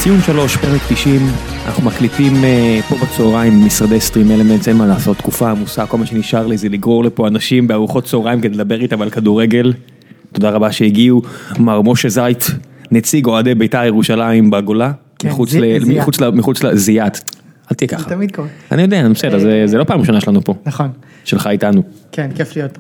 ציון 3, פרק 90, אנחנו מקליטים פה בצהריים משרדי סטרים אלמנטס, אין מה לעשות, תקופה עמוסה, כל מה שנשאר לי זה לגרור לפה אנשים בארוחות צהריים כדי לדבר איתם על כדורגל. תודה רבה שהגיעו, מר משה זית, נציג אוהדי בית"ר ירושלים בגולה, מחוץ לזיית. אל תהיה ככה. תמיד קורה. אני יודע, בסדר, זה לא פעם ראשונה שלנו פה. נכון. שלך איתנו. כן, כיף להיות פה.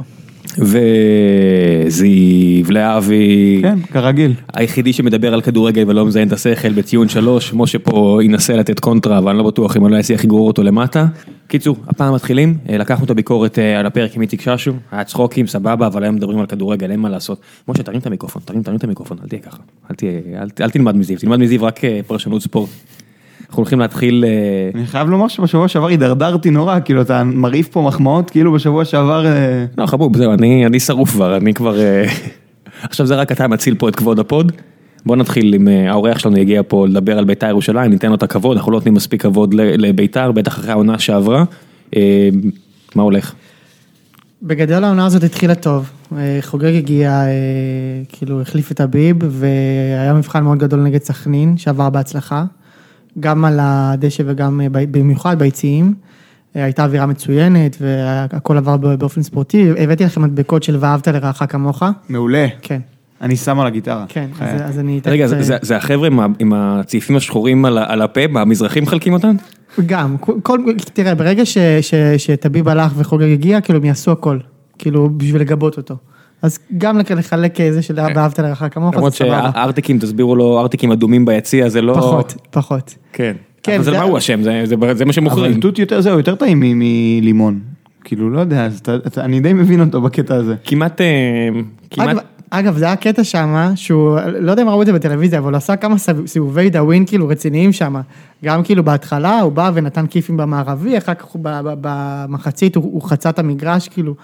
וזיו להבי, כן, כרגיל. היחידי שמדבר על כדורגל ולא מזיין את השכל בציון 3, משה פה ינסה לתת קונטרה, אבל אני לא בטוח אם אני לא אצליח לגרור אותו למטה. קיצור, הפעם מתחילים, לקחנו את הביקורת על הפרק עם איציק ששו, היה צחוקים, סבבה, אבל היום מדברים על כדורגל, אין מה לעשות. משה, תרים את המיקרופון, תרים את המיקרופון, אל תהיה ככה, אל תלמד מזיו, תלמד מזיו רק פרשנות ספורט. אנחנו הולכים להתחיל... אני חייב לומר שבשבוע שעבר הידרדרתי נורא, כאילו אתה מרעיף פה מחמאות, כאילו בשבוע שעבר... לא, חבוב, זהו, אני שרוף כבר, אני כבר... עכשיו זה רק אתה מציל פה את כבוד הפוד. בוא נתחיל עם האורח שלנו יגיע פה לדבר על בית"ר ירושלים, ניתן לו את הכבוד, אנחנו לא נותנים מספיק כבוד לבית"ר, בטח אחרי העונה שעברה. מה הולך? בגדול העונה הזאת התחילה טוב, חוגג הגיע, כאילו החליף את הביב, והיה מבחן מאוד גדול נגד סכנין, שעבר בהצלחה. גם על הדשא וגם במיוחד ביציעים, הייתה אווירה מצוינת והכל עבר באופן ספורטיבי, הבאתי לכם מדבקות של ואהבת לרעך כמוך. מעולה. כן. אני שם על הגיטרה. כן, אז אני... רגע, זה החבר'ה עם הצעיפים השחורים על הפה, המזרחים מחלקים אותם? גם, תראה, ברגע שטביב הלך וחוגג הגיע, כאילו הם יעשו הכל, כאילו בשביל לגבות אותו. אז גם לחלק איזה של ואהבת לרעך כמוך. למרות שהארטיקים, תסבירו לו, ארטיקים אדומים ביציע, זה לא... פחות. כן. אבל זה מה הוא השם, זה מה שמוכרים. אבל תות יותר זהו, יותר טעים מלימון. כאילו, לא יודע, אני די מבין אותו בקטע הזה. כמעט... אגב, זה היה קטע שם, שהוא, לא יודע אם ראו את זה בטלוויזיה, אבל הוא עשה כמה סיבובי דאווין כאילו רציניים שם. גם כאילו בהתחלה, הוא בא ונתן כיפים במערבי, אחר כך במחצית הוא חצה את המגרש, כאילו...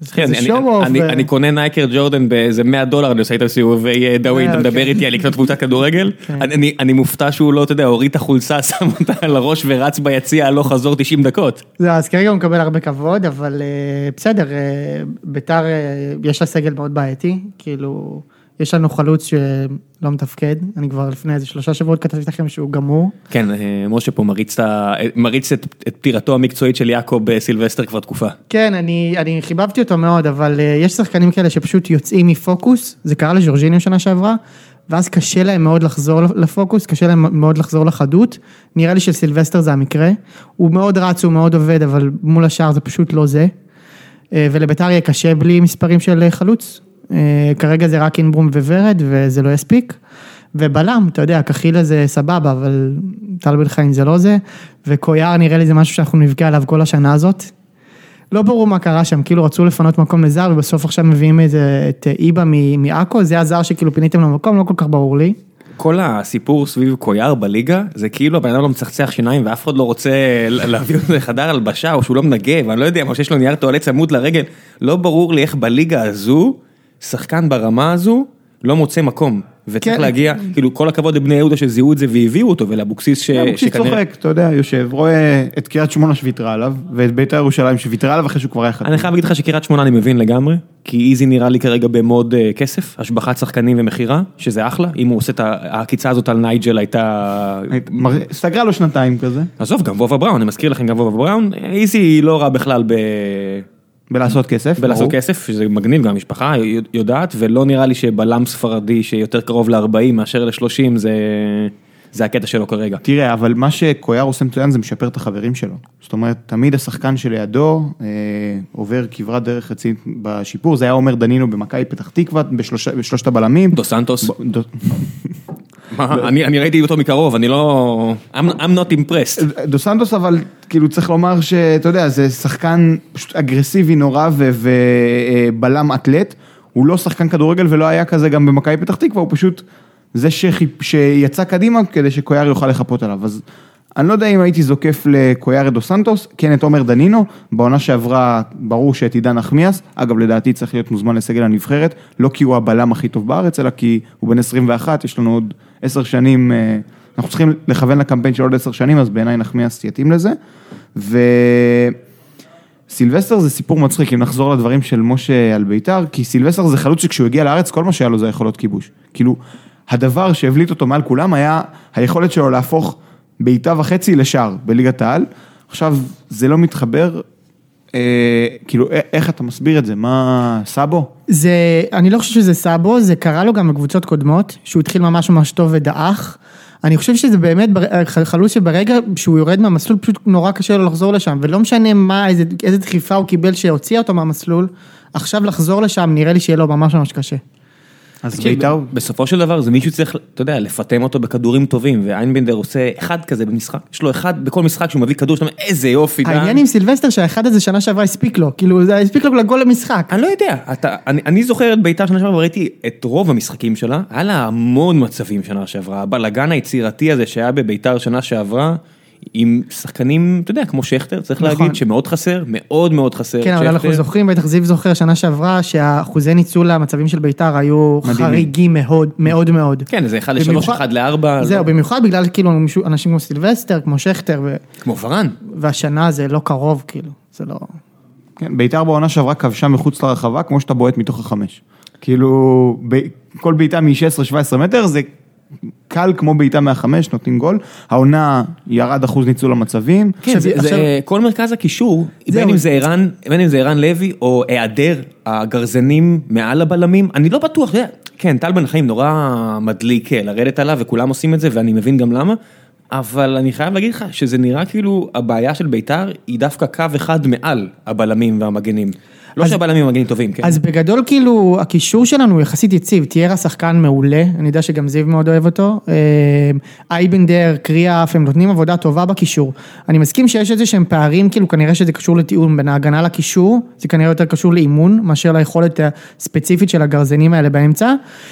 אני קונה נייקר ג'ורדן באיזה $100, אני עושה איתו סיבובי דאווין, אתה מדבר איתי על לקנות קבוצת כדורגל, אני מופתע שהוא לא, אתה יודע, הוריד את החולצה, שם אותה על הראש ורץ ביציע, לא חזור 90 דקות. אז כרגע הוא מקבל הרבה כבוד, אבל בסדר, בית"ר יש לה סגל מאוד בעייתי, כאילו, יש לנו חלוץ שלא מתפקד, אני כבר לפני איזה 3 שבועות כתבתי לכם שהוא גמור. כן, משה פה מריץ את פטירתו המקצועית של יעקב סילבסטר כבר תקופה. כן, אני חיבבתי אותו מאוד, אבל יש שחקנים כאלה שפשוט יוצאים מפוקוס, זה קרה לג'ורג'יניו שנה שעברה, ואז קשה להם מאוד לחזור לפוקוס, קשה להם מאוד לחזור לחדות, נראה לי של סילבסטר זה המקרה, הוא מאוד רץ, הוא מאוד עובד, אבל מול השאר זה פשוט לא זה, ולבית"ר יהיה קשה בלי מספרים של חלוץ, כרגע זה רק אינברום וורד, וזה לא יספיק, ובלם, אתה יודע, כחילה זה סבבה, אבל טל בן חיים זה לא זה, וקויאר נראה לי זה משהו שאנחנו נפגע עליו כל השנה הזאת, לא ברור מה קרה שם, כאילו רצו לפנות מקום לזר, ובסוף עכשיו מביאים את איבא מעכו, זה הזר שכאילו פיניתם למקום, לא כל כך ברור לי. כל הסיפור סביב קויאר בליגה, זה כאילו הבן אדם לא מצחצח שיניים, ואף אחד לא רוצה להביא אותו לחדר הלבשה, או שהוא לא מנגב, אני לא יודע, מה שיש לו נייר טואלט צמוד לרגל, לא ברור לי איך בליגה הזו, שחקן ברמה הזו, לא מוצא מקום, וצריך להגיע, כאילו כל הכבוד לבני יהודה שזיהו את זה והביאו אותו, ולאבוקסיס אבוקסיס צוחק, אתה יודע, יושב, רואה את קריית שמונה שוויתרה עליו, ואת בית"ר ירושלים שוויתרה עליו אחרי שהוא כבר היה חתום. אני חייב להגיד לך שקריית שמונה אני מבין לגמרי, כי איזי נראה לי כרגע במוד כסף, השבחת שחקנים ומחירה, שזה אחלה, אם הוא עושה את הקיצה הזאת על נייג'ל הייתה... סגרה לו 2 כזה. עזוב, גם וובה בראון, אני מזכיר לכם גם וובה בראון, איזי לא רע בכלל בלעשות כסף. בלעשות כסף, שזה מגניב, גם המשפחה יודעת, ולא נראה לי שבלם ספרדי שיותר קרוב ל-40 מאשר ל-30, זה הקטע שלו כרגע. תראה, אבל מה שקויאר עושה מצוין זה משפר את החברים שלו. זאת אומרת, תמיד השחקן שלידו עובר כברת דרך רצינית בשיפור, זה היה עומר דנינו במכבי פתח תקווה, בשלושת הבלמים. דו סנטוס. אני ראיתי אותו מקרוב, אני לא... I'm not impressed. דו סנטוס, אבל כאילו צריך לומר שאתה יודע, זה שחקן פשוט אגרסיבי נורא ובלם אתלט, הוא לא שחקן כדורגל ולא היה כזה גם במכבי פתח תקווה, הוא פשוט זה שיצא קדימה כדי שקויאר יוכל לחפות עליו. אז אני לא יודע אם הייתי זוקף לקויאר את דו סנטוס, כן את עומר דנינו, בעונה שעברה ברור שאת עידן נחמיאס, אגב לדעתי צריך להיות מוזמן לסגל הנבחרת, לא כי הוא הבלם הכי טוב בארץ, אלא כי הוא בן 21, יש לנו עוד 10 שנים, אנחנו צריכים לכוון לקמפיין של עוד 10 שנים, אז בעיניי נחמיאס יתאים לזה, סילבסטר זה סיפור מצחיק, אם נחזור לדברים של משה על בית"ר, כי סילבסטר זה חלוץ שכשהוא הגיע לארץ, כל מה שהיה לו זה יכולות כיבוש. כאילו, הדבר שהבליט אותו מעל כולם היה היכולת שלו להפוך בעיטה וחצי לשער בליגת העל. עכשיו, זה לא מתחבר, כאילו, איך אתה מסביר את זה? מה, סאבו? אני לא חושב שזה סאבו, זה קרה לו גם בקבוצות קודמות, שהוא התחיל ממש ממש טוב ודאח. אני חושב שזה באמת חלוץ שברגע שהוא יורד מהמסלול, פשוט נורא קשה לו לחזור לשם, ולא משנה איזה דחיפה הוא קיבל שהוציאה אותו מהמסלול, עכשיו לחזור לשם נראה לי שיהיה לו ממש ממש קשה. אז בית"ר? בסופו של דבר זה מישהו צריך, אתה יודע, לפתם אותו בכדורים טובים, ואיינבינדר עושה אחד כזה במשחק, יש לו אחד בכל משחק שהוא מביא כדור, שאתה אומר, איזה יופי. העניין עם סילבסטר שהאחד הזה שנה שעברה הספיק לו, כאילו זה הספיק לו לגול למשחק. אני לא יודע, אני זוכר את בית"ר שנה שעברה, וראיתי את רוב המשחקים שלה, היה לה המון מצבים שנה שעברה, הבלגן היצירתי הזה שהיה בבית"ר שנה שעברה, עם שחקנים, אתה יודע, כמו שכטר, צריך להגיד שמאוד חסר, מאוד מאוד חסר. כן, אבל אנחנו זוכרים, בטח זיו זוכר שנה שעברה, שהאחוזי ניצול המצבים של בית"ר היו חריגים מאוד, מאוד מאוד. כן, זה 1-3, 1-4. זהו, במיוחד בגלל כאילו אנשים כמו סילבסטר, כמו שכטר. כמו ורן. והשנה זה לא קרוב, כאילו, זה לא... כן, בית"ר בעונה שעברה כבשה מחוץ לרחבה, כמו שאתה בועט מתוך החמש. כאילו, כל בעיטה מ-16-17 מטר זה... קל כמו בעיטה מהחמש, נותנים גול, העונה ירד אחוז ניצול המצבים. כן, זה כל מרכז הקישור, בין אם זה ערן לוי, או היעדר הגרזנים מעל הבלמים, אני לא בטוח, כן, טל בן חיים נורא מדליק לרדת עליו, וכולם עושים את זה, ואני מבין גם למה, אבל אני חייב להגיד לך, שזה נראה כאילו, הבעיה של בית"ר, היא דווקא קו אחד מעל הבלמים והמגנים. לא שהבלמים המגנים טובים, כן. אז בגדול כאילו, הקישור שלנו הוא יחסית יציב, תיארה שחקן מעולה, אני יודע שגם זיו מאוד אוהב אותו, אייבנדר, קריאף, הם נותנים עבודה טובה בקישור. אני מסכים שיש איזה שהם פערים, כאילו כנראה שזה קשור לתיאום בין ההגנה לקישור, זה כנראה יותר קשור לאימון, מאשר ליכולת הספציפית של הגרזנים האלה באמצע,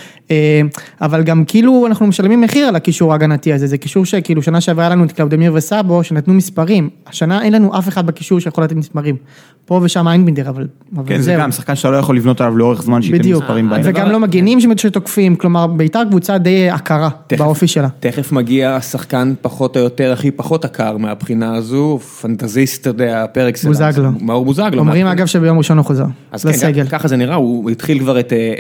אבל גם כאילו אנחנו משלמים מחיר על הקישור ההגנתי הזה, זה קישור שכאילו שנה שעברה לנו את קלאודמיר וסאבו שנתנו מספרים, השנה אין לנו אף אחד בקישור שיכול לתת מספרים, פה ושם איינבינדר, אבל כן, זה גם שחקן שאתה לא יכול לבנות עליו לאורך זמן שייתן מספרים בהם. וגם לא מגנים שתוקפים, כלומר בית"ר קבוצה די עקרה באופי שלה. תכף מגיע שחקן פחות או יותר, הכי פחות עקר מהבחינה הזו, פנטזיסט, אתה יודע, פר אקסלנס. בוזגלו. מאור בוזגלו. אומרים אגב שביום ראשון הוא חוזר. אז כן, ככה זה נראה, הוא התחיל כבר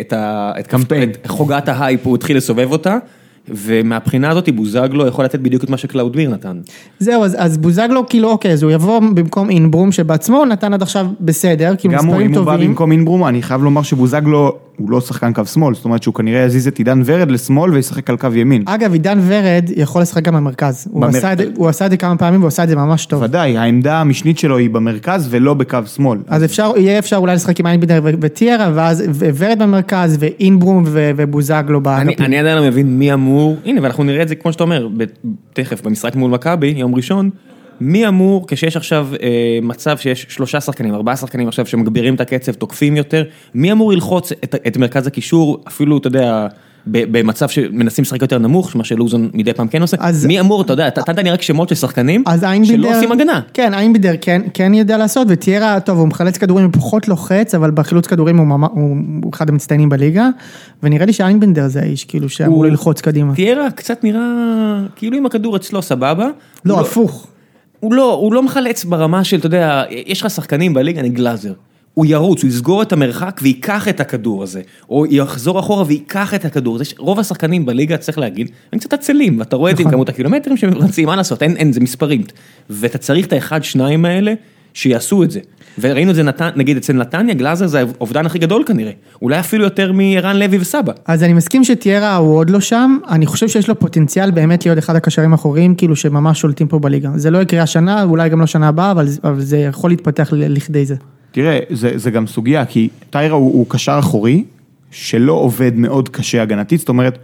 את חוגת ההייפ, הוא התחיל לסובב אותה, ומהבחינה הזאת בוזגלו יכול לתת בדיוק את מה שקלאודמיר נתן. זהו, אז בוזגלו כאילו אוקיי, אז הוא יבוא במקום אינברום שבעצמו נתן עד עכשיו בסדר, כאילו מספרים טובים. גם הוא, אם הוא בא במקום אינברום, אני חייב לומר שבוזגלו הוא לא שחקן קו שמאל, זאת אומרת שהוא כנראה יזיז את עידן ורד לשמאל וישחק על קו ימין. אגב, עידן ורד יכול לשחק גם במרכז, הוא עשה את זה כמה פעמים והוא עשה את זה ממש טוב. ודאי, העמדה המשנית שלו היא במרכז ולא בקו שמאל. אז יהיה אפשר אולי לשחק עם איינבינדר וטיירה, ואז ורד במרכז ואינברום ובוזגלו באגפים. אני עדיין לא מבין מי אמור, הנה, ואנחנו נראה את זה כמו שאתה אומר, תכף במשחק מול מכבי, יום ראשון, מי אמור, כשיש עכשיו מצב שיש 3 שחקנים, 4 שחקנים עכשיו שמגבירים את הקצב, תוקפים יותר, מי אמור ללחוץ את מרכז הקישור, אפילו, אתה יודע, במצב שמנסים לשחק יותר נמוך, מה שלוזון מדי פעם כן עושה, מי אמור, אתה יודע, אתה נראה כשמות של שחקנים, שלא עושים הגנה. כן, איינבינדר כן יודע לעשות, וטיירה, טוב, הוא מחלץ כדורים, הוא פחות לוחץ, אבל בחילוץ כדורים הוא אחד המצטיינים בליגה, ונראה לי שאיינבינדר זה האיש, כאילו, שאמור ללחוץ קדימה. טיירה קצת נראה, כאילו עם הכדור אצלו סבבה. לא, הפוך. הוא לא מחלץ ברמה של, אתה יודע, יש לך שחקנים בליגה, אני גלאזר. הוא ירוץ, הוא יסגור את המרחק ויקח את הכדור הזה, או יחזור אחורה ויקח את הכדור הזה. רוב השחקנים בליגה, צריך להגיד, הם קצת עצלים, ואתה רואה את זה עם כמות הקילומטרים שרצים, מה לעשות, אין, זה מספרים. ואתה צריך את ה1-2 האלה שיעשו את זה. וראינו את זה, נגיד אצל נתניה, גלאזר זה האובדן הכי גדול כנראה. אולי אפילו יותר מערן לוי וסבא. אז אני מסכים שטיירה הוא עוד לא שם, אני חושב שיש לו פוטנציאל באמת להיות אחד הקשרים האחוריים, כאילו שממש שולטים פה בליגה. זה לא יקרה השנה, אולי גם לא שנה הבאה, אבל זה יכול להתפתח לכדי זה. תראה, זה גם סוגיה, כי טיירה הוא קשר אחורי, שלא עובד מאוד קשה הגנתית, זאת אומרת,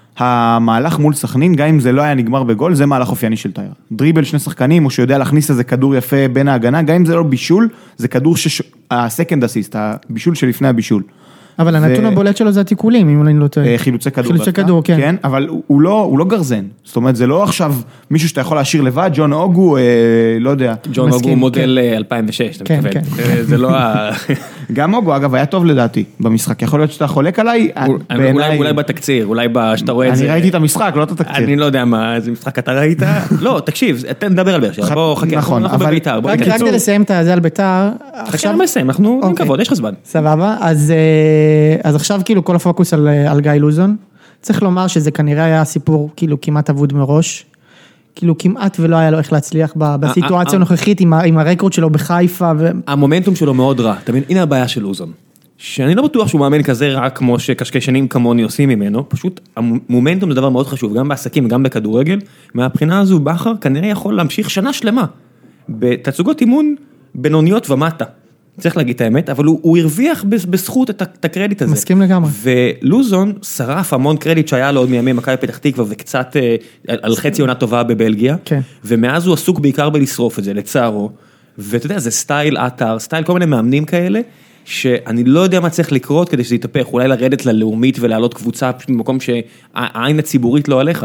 המהלך מול סכנין, גם אם זה לא היה נגמר בגול, זה מהלך אופייני של טיירה. דריבל 2 שחקנים, או שיודע להכניס איזה כדור יפה בין ההגנה, גם אם זה לא בישול, זה כדור הסקנד אסיסט, הבישול שלפני הבישול. אבל הנתון הבולט שלו זה התיקולים, אם אני לא טועה. חילוצי כדור. חילוצי כדור, כן. כן, אבל הוא לא גרזן. זאת אומרת, זה לא עכשיו מישהו שאתה יכול להשאיר לבד, ג'ון אוגו, לא יודע. ג'ון אוגו מודל 2006, אתה מתכוון. זה לא גם אוגו, אגב, היה טוב לדעתי במשחק. יכול להיות שאתה חולק עליי. אולי בתקציר, אולי שאתה רואה את זה. אני ראיתי את המשחק, לא את התקציר. אני לא יודע מה, איזה משחק אתה ראית. לא, תקשיב, נדבר על באר שבע. בוא, חכה, אנחנו בביתר. רק כדי לסיים את זה על ביתר. עכשיו מסיים, אנחנו עם כבוד, יש לך זמן. סבבה, אז עכשיו כאילו כל הפוקוס על גיא לוזון, צריך לומר שזה כנראה היה סיפור כאילו כמעט אבוד מראש, כאילו כמעט ולא היה לו איך להצליח בסיטואציה הנוכחית עם הרקורד שלו בחיפה. המומנטום שלו מאוד רע, תבין, הנה הבעיה של לוזון, שאני לא בטוח שהוא מאמן כזה רע כמו שקשקשנים כמוני עושים ממנו, פשוט המומנטום זה דבר מאוד חשוב, גם בעסקים וגם בכדורגל, מהבחינה הזו בכר כנראה יכול להמשיך שנה שלמה, בתצוגות אימון בינוניות ומטה. צריך להגיד את האמת, אבל הוא הרוויח בזכות את הקרדיט הזה. מסכים לגמרי. ולוזון שרף המון קרדיט שהיה לו עוד מימי מכבי פתח תקווה, וקצת על חצי עונה טובה בבלגיה, כן. ומאז הוא עסוק בעיקר בלשרוף את זה, לצערו, ואתה יודע, זה סטייל אתר, סטייל כל מיני מאמנים כאלה, שאני לא יודע מה צריך לקרות כדי שזה יתהפך, אולי לרדת ללאומית ולעלות קבוצה, פשוט במקום שהעין הציבורית לא עליך.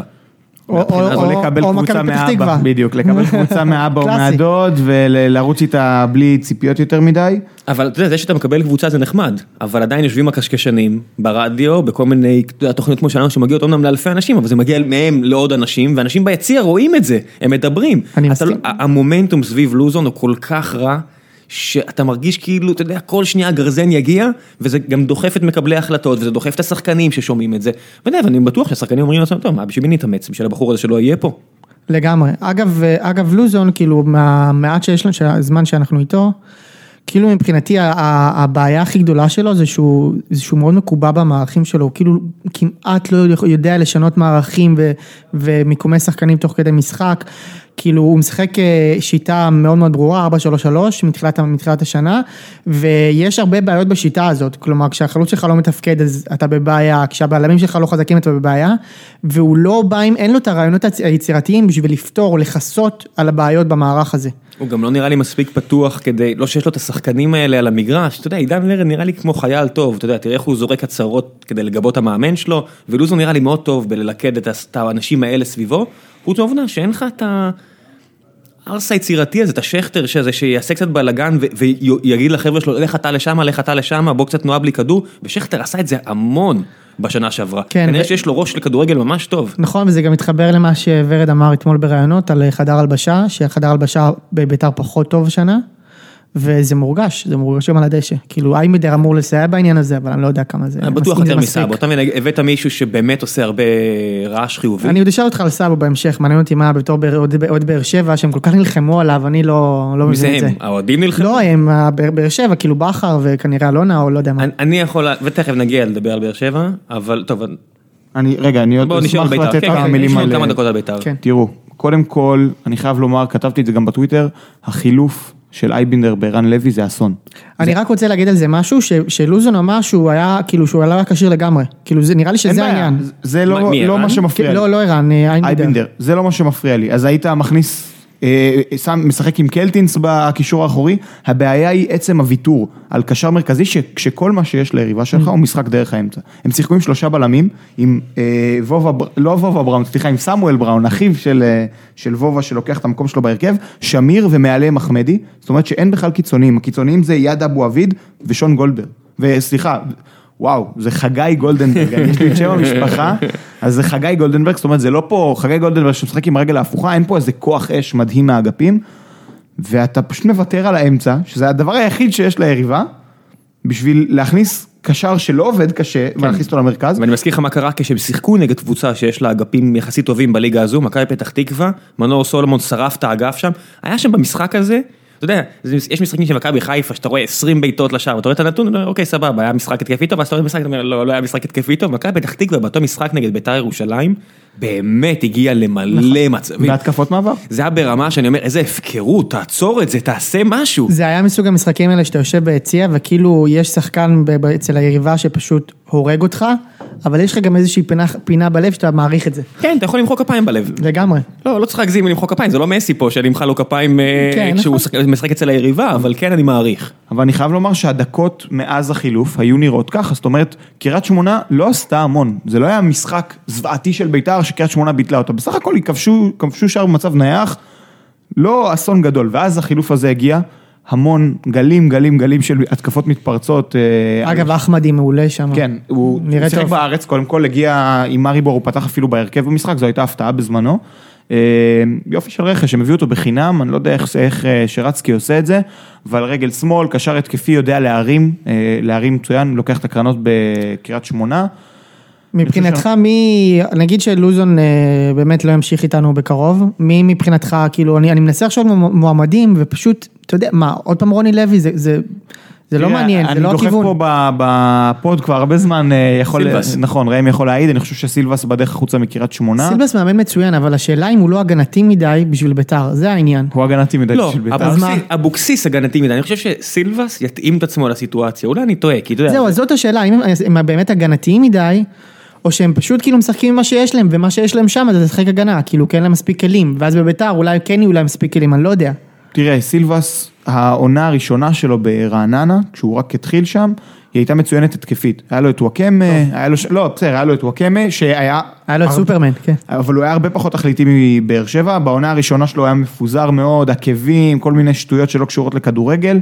או לקבל קבוצה מאבא, בדיוק, לקבל קבוצה מאבא או מהדוד, ולרוץ איתה בלי ציפיות יותר מדי. אבל אתה יודע, זה שאתה מקבל קבוצה זה נחמד, אבל עדיין יושבים הקשקשנים ברדיו, בכל מיני תוכניות כמו שלנו שמגיעות אומנם לאלפי אנשים, אבל זה מגיע מהם לעוד אנשים, ואנשים ביציע רואים את זה, הם מדברים. המומנטום סביב לוזון הוא כל כך רע, שאתה מרגיש כאילו, אתה יודע, כל שנייה הגרזן יגיע, וזה גם דוחף את מקבלי ההחלטות, וזה דוחף את השחקנים ששומעים את זה. ואני בטוח שהשחקנים אומרים לעצמם, טוב, מה בשביל נתאמץ, בשביל הבחור הזה שלא יהיה פה. לגמרי. אגב, לוזון, כאילו, מהמעט שיש לנו, הזמן שאנחנו איתו, כאילו מבחינתי, הבעיה הכי גדולה שלו, זה שהוא מאוד מקובע במערכים שלו, כאילו כמעט לא יודע לשנות מערכים, ומיקומי שחקנים תוך כדי משחק, כאילו הוא משחק שיטה מאוד מאוד ברורה, 4-3-3, מתחילת השנה, ויש הרבה בעיות בשיטה הזאת, כלומר, כשהחלוץ שלך לא מתפקד, אז אתה בבעיה, כשהבעלמים שלך לא חזקים, אתה בבעיה, והוא לא בא עם, אין לו את הרעיונות היצירתיים, בשביל לפתור או לחסות על הבעיות במערך הזה. הוא גם לא נראה לי מספיק פתוח כדי, לא שיש לו את השחקנים האלה על המגרש, אתה יודע, עידן ורד נראה לי כמו חייל טוב, אתה יודע, תראה איך הוא זורק הצהרות כדי לגבות המאמן שלו, ולוזון נראה לי מאוד טוב בללכד את האנשים האלה סביבו, הוא תובנה שאין לך את הארס היצירתי הזה, את השכתר שזה, שיעשה קצת בלגן ויגיד לחבר'ה שלו, לך אתה לשם, בוא קצת תנועה בלי כדור, ושכתר עשה את זה המון בשנה שעברה. כנראה שיש לו ראש לכדורגל ממש טוב. נכון, וזה גם מתחבר למה שוורד אמר אתמול ברעיונות על חדר הלבשה, שחדר הלבשה בביתר פחות טוב השנה, וזה מורגש גם על הדשא. כאילו, איימדר אמור לסייע בעניין הזה, אבל אני לא יודע כמה זה מספיק. בטוח יותר מסאבו. אתה הבאת מישהו שבאמת עושה הרבה רעש חיובי. אני עוד אשאל אותך על סאבו בהמשך, מעניין אותי מה בתור עוד באר שבע, שהם כל כך נלחמו עליו, אני לא מבין את זה. מזה הם, האוהדים נלחמו? לא, הם באר שבע, כאילו בכר וכנראה אלונה, או לא יודע מה. אני יכול, ותכף נגיע לדבר על באר שבע, אבל טוב. אני עוד אשמח לתת כמה מילים על... כמה דקות על ביתר. תראו, קודם כל, אני חייב לומר, כתבתי את זה גם בטוויטר, החילוף של אייבינדר בערן לוי זה אסון. אני רק רוצה להגיד על זה משהו, שלוזון אמר שהוא היה, כאילו שהוא היה קשיר לגמרי. כאילו זה נראה לי שזה העניין. זה לא מה שמפריע לי. לא ערן, אייבינדר. זה לא מה שמפריע לי. אז היית מכניס, משחק עם קלטינס בקישור האחורי, הבעיה היא עצם הוויתור על קשר מרכזי, שכל מה שיש ליריבה שלך הוא משחק דרך האמצע. הם שיחקו עם 3 בלמים, עם לא וובה בראון, סליחה, עם סמואל בראון, אחיו של וובה שלוקח את המקום שלו בהרכב, שמיר ומעליהם אחמדי, זאת אומרת שאין בכלל קיצוניים, הקיצוניים זה יד אבו אביד ושון גולדברג, וסליחה, וואו, זה חגי גולדנברג, יש לי את שם המשפחה, אז זה חגי גולדנברג, זאת אומרת, זה לא פה חגי גולדנברג שמשחק עם הרגל ההפוכה, אין פה איזה כוח אש מדהים מהאגפים, ואתה פשוט מוותר על האמצע, שזה הדבר היחיד שיש ליריבה, בשביל להכניס קשר שלא עובד קשה, ולהכניס אותו למרכז. ואני מזכיר לך מה קרה כשהם שיחקו נגד קבוצה שיש לה אגפים יחסית טובים בליגה הזו, מכבי פתח תקווה, מנור סולומון שרף את האגף שם, היה שם במשחק הזה, אתה יודע, יש משחקים של מכבי חיפה, שאתה רואה 20 בעיטות לשער, ואתה רואה את הנתון, אוקיי, סבבה, היה משחק התקפי טוב, ואז אתה רואה משחק, לא היה משחק התקפי טוב, מכבי פתח תקווה, באותו משחק נגד בית"ר ירושלים, באמת הגיע למלא מצבים. בהתקפות מעבר. זה היה ברמה שאני אומר, איזה הפקרות, תעצור את זה, תעשה משהו. זה היה מסוג המשחקים האלה שאתה יושב ביציע, וכאילו יש שחקן אצל היריבה שפשוט הורג אותך, אבל יש לך גם איזושהי פינה בלב שאתה מעריך את זה. כן, אתה יכול למחוא כפיים בלב. לגמרי. לא צריך להגזים למחוא כפיים, זה לא מסי פה שאני אמחא לו כפיים כשהוא משחק אצל היריבה, אבל כן אני מעריך. אבל אני חייב לומר שהדקות מאז החילוף היו נראות ככה, זאת אומרת, קריית שמונה לא עשתה המון, זה לא היה משחק זוועתי של בית"ר שקריית שמונה ביטלה אותה, בסך הכל כבשו שער במצב נייח, לא אסון גדול, ואז החילוף הזה הגיע, המון גלים של התקפות מתפרצות. אגב, אחמדי מעולה שם. כן, הוא שיחק בארץ, קודם כל הגיע עם מריבור, הוא פתח אפילו בהרכב במשחק, זו הייתה הפתעה בזמנו. יופי של רכש, הם הביאו אותו בחינם, אני לא יודע איך שרצקי עושה את זה, אבל רגל שמאל, קשר התקפי יודע להרים מצוין, לוקח את הקרנות בקריית שמונה, מבחינתך נגיד שלוזון באמת לא ימשיך איתנו בקרוב, מי מבחינתך, כאילו, אני מנסה עכשיו מועמדים, ופשוט, אתה יודע, מה, עוד פעם רוני לוי, זה לא מעניין, זה לא הכיוון. אני דוחף פה בפוד כבר הרבה זמן, נכון, ראם יכול להעיד, אני חושב שסילבס בדרך החוצה מקריית שמונה. סילבס מאמן מצוין, אבל השאלה אם הוא לא הגנתי מדי בשביל ביתר, זה העניין. הוא הגנתי מדי בשביל ביתר. לא, אבוקסיס הגנתי מדי, אני חושב שסילבס יתאים את עצמו לסיטואציה, אולי אני טועה, כי אתה יודע. זהו, אז זאת השאלה, אם הם באמת הגנתיים מדי, או שהם פשוט כאילו משחקים עם מה שיש להם, ומה שיש להם שם, זה שחק הגנה, כאילו כן להם מספיק כלים, ואז בביתר אולי כן יהיו להם מספיק כלים, אני לא יודע. תראה, סילבס, העונה הראשונה שלו ברעננה, כשהוא רק התחיל שם, היא הייתה מצוינת התקפית. היה לו את וואקמה, היה לו את וואקמה, שהיה... היה לו את סופרמן, כן. אבל הוא היה הרבה פחות תכליתי מבאר שבע, בעונה הראשונה שלו היה מפוזר מאוד, עקבים, כל מיני שטויות שלא קשורות לכדורגל.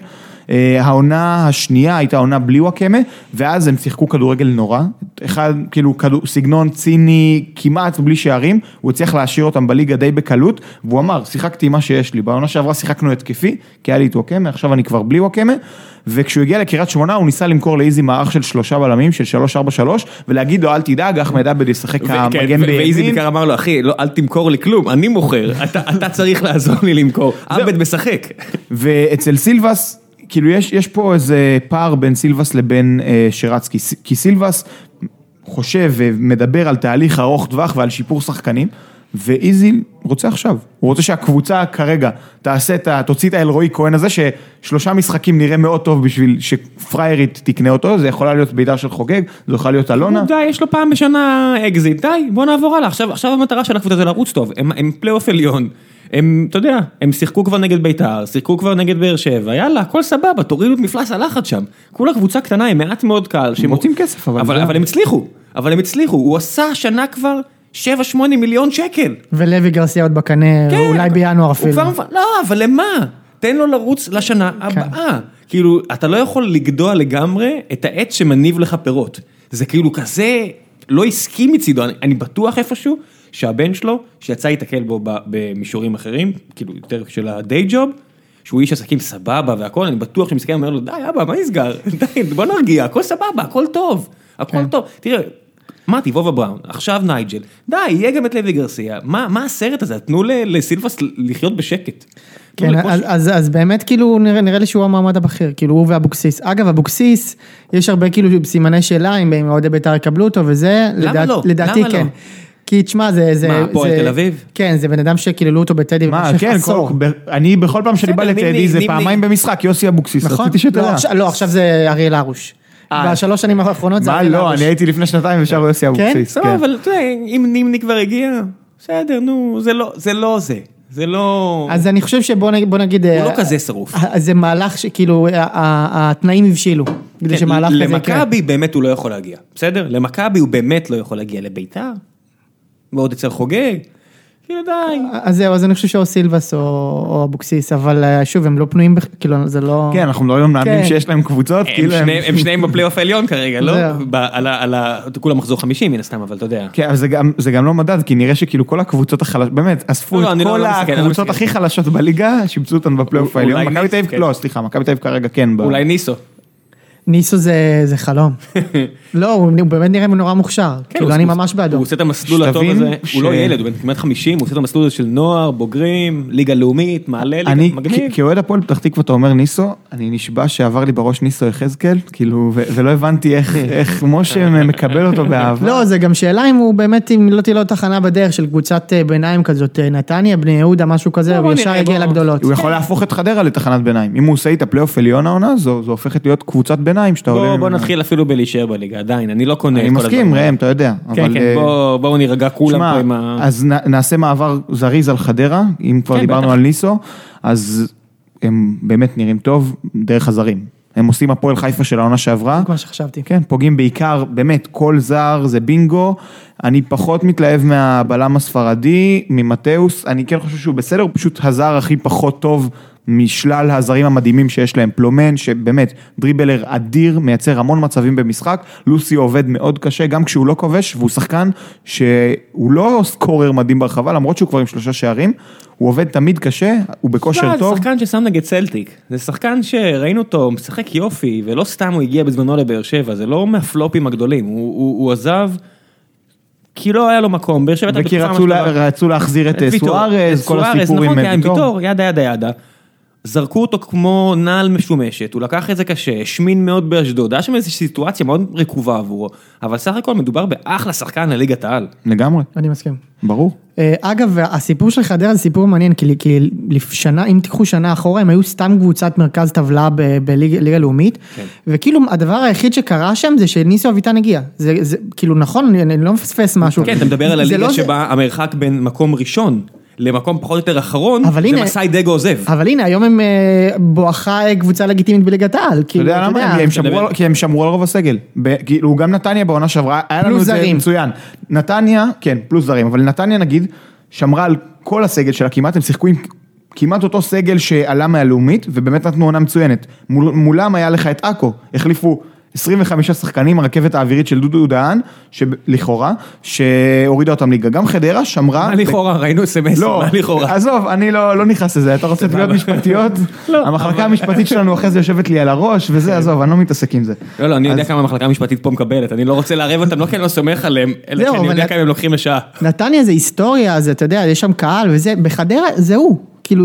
העונה השנייה הייתה עונה בלי וואקמה, ואז הם שיחקו כדורגל נורא, אחד כאילו סגנון ציני כמעט בלי שערים, הוא הצליח להשאיר אותם בליגה די בקלות, והוא אמר, שיחקתי מה שיש לי, בעונה שעברה שיחקנו התקפי, כי היה לי את וואקמה, עכשיו אני כבר בלי וואקמה, וכשהוא הגיע לקריית שמונה, הוא ניסה למכור לאיזי מערך של 3 בלמים, של 3-4-3, ולהגיד לו, אל תדאג, אחמד עבד ישחק כמגן בימין. ואיזי בעיקר אמר לו, אחי, אל תמכור לי כלום, אני מוכר, אתה צריך לעזור לי למכור, עבד משחק. ואצל סילבס, כאילו יש פה איזה פער בין סילבס לבין שרצקי, כי סילבס חושב ומדבר על תהליך ארוך טווח ועל שיפור שחקנים, ואיזיל רוצה עכשיו, הוא רוצה שהקבוצה כרגע תוציא את האלרועי כהן הזה, ש3 משחקים נראה מאוד טוב בשביל שפריירית תקנה אותו, זה יכולה להיות בית"ר של חוגג, זה יכולה להיות אלונה. די, יש לו פעם בשנה אקזיט, די, בוא נעבור הלאה, עכשיו המטרה של הקבוצה זה לרוץ טוב, הם פלייאוף עליון, אתה יודע, הם שיחקו כבר נגד בית"ר, שיחקו כבר נגד באר שבע, יאללה, הכל סבבה, תורידו את מפלס הלחץ שם, כולה קבוצה קטנה, הם מעט מאוד קל, הם רוצים כסף, אבל הם הצליחו, הוא עשה שנה כבר 7-8 מיליון שקל. ולוי גרסיה עוד בקנה, אולי בינואר אפילו. לא, אבל למה? תן לו לרוץ לשנה הבאה. כאילו, אתה לא יכול לגדוע לגמרי את העץ שמניב לך פירות. זה כאילו כזה, לא הסכים מצידו, אני בטוח איפשהו, שהבן שלו, שיצא להתקל בו במישורים אחרים, כאילו יותר של הדיי ג'וב, שהוא איש עסקים סבבה והכל, אני בטוח שמסתכל אומר לו, די אבא, מה נסגר? די, בוא נרגיע, הכל סבבה, הכל טוב, הכל טוב. תראה, אמרתי, וובה בראון, עכשיו נייג'ל, די, יהיה גם את לוי גרסיה, מה הסרט הזה? תנו לסילבס לחיות בשקט. כן, אז באמת כאילו נראה לי שהוא המעמד הבכיר, כאילו הוא ואבוקסיס. אגב, אבוקסיס, יש הרבה כאילו סימני שאלה, אם אוהדי בית"ר יקבלו אותו וזה, לדעתי כן. כי תשמע, זה... מה, הפועל תל אביב? כן, זה בן אדם שקיללו אותו בטדי במשך עשור. אני בכל פעם שאני בא לטדי, זה פעמיים במשחק, יוסי אבוקסיס, רציתי שתדע. לא, עכשיו זה אריאל הרוש. ב3 שנים האחרונות זה אריאל הרוש. לא, אני הייתי לפני 2 ושאר יוסי אבוקסיס. כן, אבל אתה יודע, אם נימני כבר הגיע, בסדר, נו, זה לא זה. זה לא... אז אני חושב שבוא נגיד... הוא לא כזה שרוף. זה מהלך שכאילו, התנאים הבשילו. למכבי באמת הוא לא יכול להגיע. בסדר? למכבי הוא באמת לא יכול להגיע לביתר. ועוד אצל חוגג, כאילו די. אז זהו, אז אני חושב שהוא סילבס או אבוקסיס, אבל שוב, הם לא פנויים, כאילו זה לא... כן, אנחנו לא מאמינים שיש להם קבוצות, כאילו הם שניהם בפלייאוף העליון כרגע, לא? כולם מחזור 50 מן הסתם, אבל אתה יודע. כן, אבל זה גם לא מדד, כי נראה שכאילו כל הקבוצות החלשות, באמת, אספו את כל הקבוצות הכי חלשות בליגה, שיבצו אותן בפלייאוף העליון. מכבי תל אביב, לא, סליחה, מכבי תל אביב כרגע כן. אולי ניסו. ניסו זה חלום. לא, הוא באמת נראה נורא מוכשר. כאילו, אני ממש בעדו. הוא עושה את המסלול הטוב הזה, הוא לא ילד, הוא כמעט 50, הוא עושה את המסלול הזה של נוער, בוגרים, ליגה לאומית, מעלה, מגניב. כאוהד הפועל פתח תקווה אתה אומר ניסו, אני נשבע שעבר לי בראש ניסו יחזקאל, כאילו, ולא הבנתי איך משה מקבל אותו באהבה. לא, זה גם שאלה אם הוא באמת, אם לא תהיה לו תחנה בדרך של קבוצת ביניים כזאת, נתניה, בני יהודה, משהו כזה, הוא ישר יגיע לגדולות. הוא יכול להפוך את חדרה לתחנת ביניים. אם הוא עושה את הפלייאוף עליון העונה, זו הופכת להיות קבוצת ביניים שאתה עולה. בוא נתחיל אפילו בלהישאר בליגה, עדיין, אני לא קונה את כל הדברים. אני מסכים, ראם, אתה יודע. כן, כן, בואו נרגע כולם פה עם ה... אז נעשה מעבר זריז על חדרה, אם כבר דיברנו על ניסו, אז הם באמת נראים טוב דרך הזרים. הם עושים הפועל חיפה של העונה שעברה. כמו שחשבתי. כן, פוגעים בעיקר, באמת, כל זר זה בינגו, אני פחות מתלהב מהבלם הספרדי, ממתאוס, אני כן חושב שהוא בסדר, הוא פשוט הזר הכי פחות טוב משלל הזרים המדהימים שיש להם, פלומן, שבאמת דריבלר אדיר, מייצר המון מצבים במשחק, לוסי עובד מאוד קשה, גם כשהוא לא כובש, והוא שחקן שהוא לא סקורר מדהים ברחבה, למרות שהוא כבר עם 3 שערים, הוא עובד תמיד קשה, הוא בכושר טוב. זה שחקן ששם נגד סלטיק, זה שחקן שראינו אותו, משחק יופי, ולא סתם הוא הגיע בזמנו לבאר שבע, זה לא מהפלופים הגדולים, הוא עזב כי לא היה לו מקום, באר שבע הייתה וכי בתקופה משהו רצו להחזיר את סוארז, כל הסיפור עם ויטור. ידה. זרקו אותו כמו נעל משומשת, הוא לקח את זה קשה, השמין מאוד באשדוד, היה שם איזושהי סיטואציה מאוד רקובה עבורו, אבל סך הכל מדובר באחלה שחקן לליגת העל. לגמרי. אני מסכים. ברור. אגב, הסיפור של חדרה זה סיפור מעניין, כי שנה, אם תיקחו שנה אחורה, הם היו סתם קבוצת מרכז טבלה בליגה לאומית, וכאילו הדבר היחיד שקרה שם זה שניסו אביטן הגיע. זה כאילו נכון, אני לא מפספס משהו. כן, אתה מדבר על הליגה שבה המרחק בין מקום ראשון, למקום פחות או יותר אחרון, זה מסאי דגו עוזב. אבל הנה, היום הם בואכה קבוצה לגיטימית בליגת העל. אתה יודע למה? כי הם שמרו על רוב הסגל. כאילו, גם נתניה בעונה שעברה, היה לנו את זה מצוין. נתניה, כן, פלוס זרים, אבל נתניה נגיד, שמרה על כל הסגל שלה, כמעט הם שיחקו עם כמעט אותו סגל שעלה מהלאומית, ובאמת נתנו עונה מצוינת. מולם היה לך את אקו, החליפו 25 שחקנים, הרכבת האווירית של דודו דהן, לכאורה, שהורידה אותם ליגה. גם חדרה שמרה... מה לכאורה? ראינו סמס, מה לכאורה? עזוב, אני לא נכנס לזה, אתה רוצה תביעות משפטיות? המחלקה המשפטית שלנו אחרי זה יושבת לי על הראש, וזה, עזוב, אני לא מתעסק עם זה. לא, אני יודע כמה המחלקה המשפטית פה מקבלת, אני לא רוצה לערב אותם, לא כי אני לא סומך עליהם, אלא כי אני יודע כמה הם לוקחים לשעה. נתניה זה היסטוריה, אתה יודע, יש שם קהל וזה, בחדרה זהו. כאילו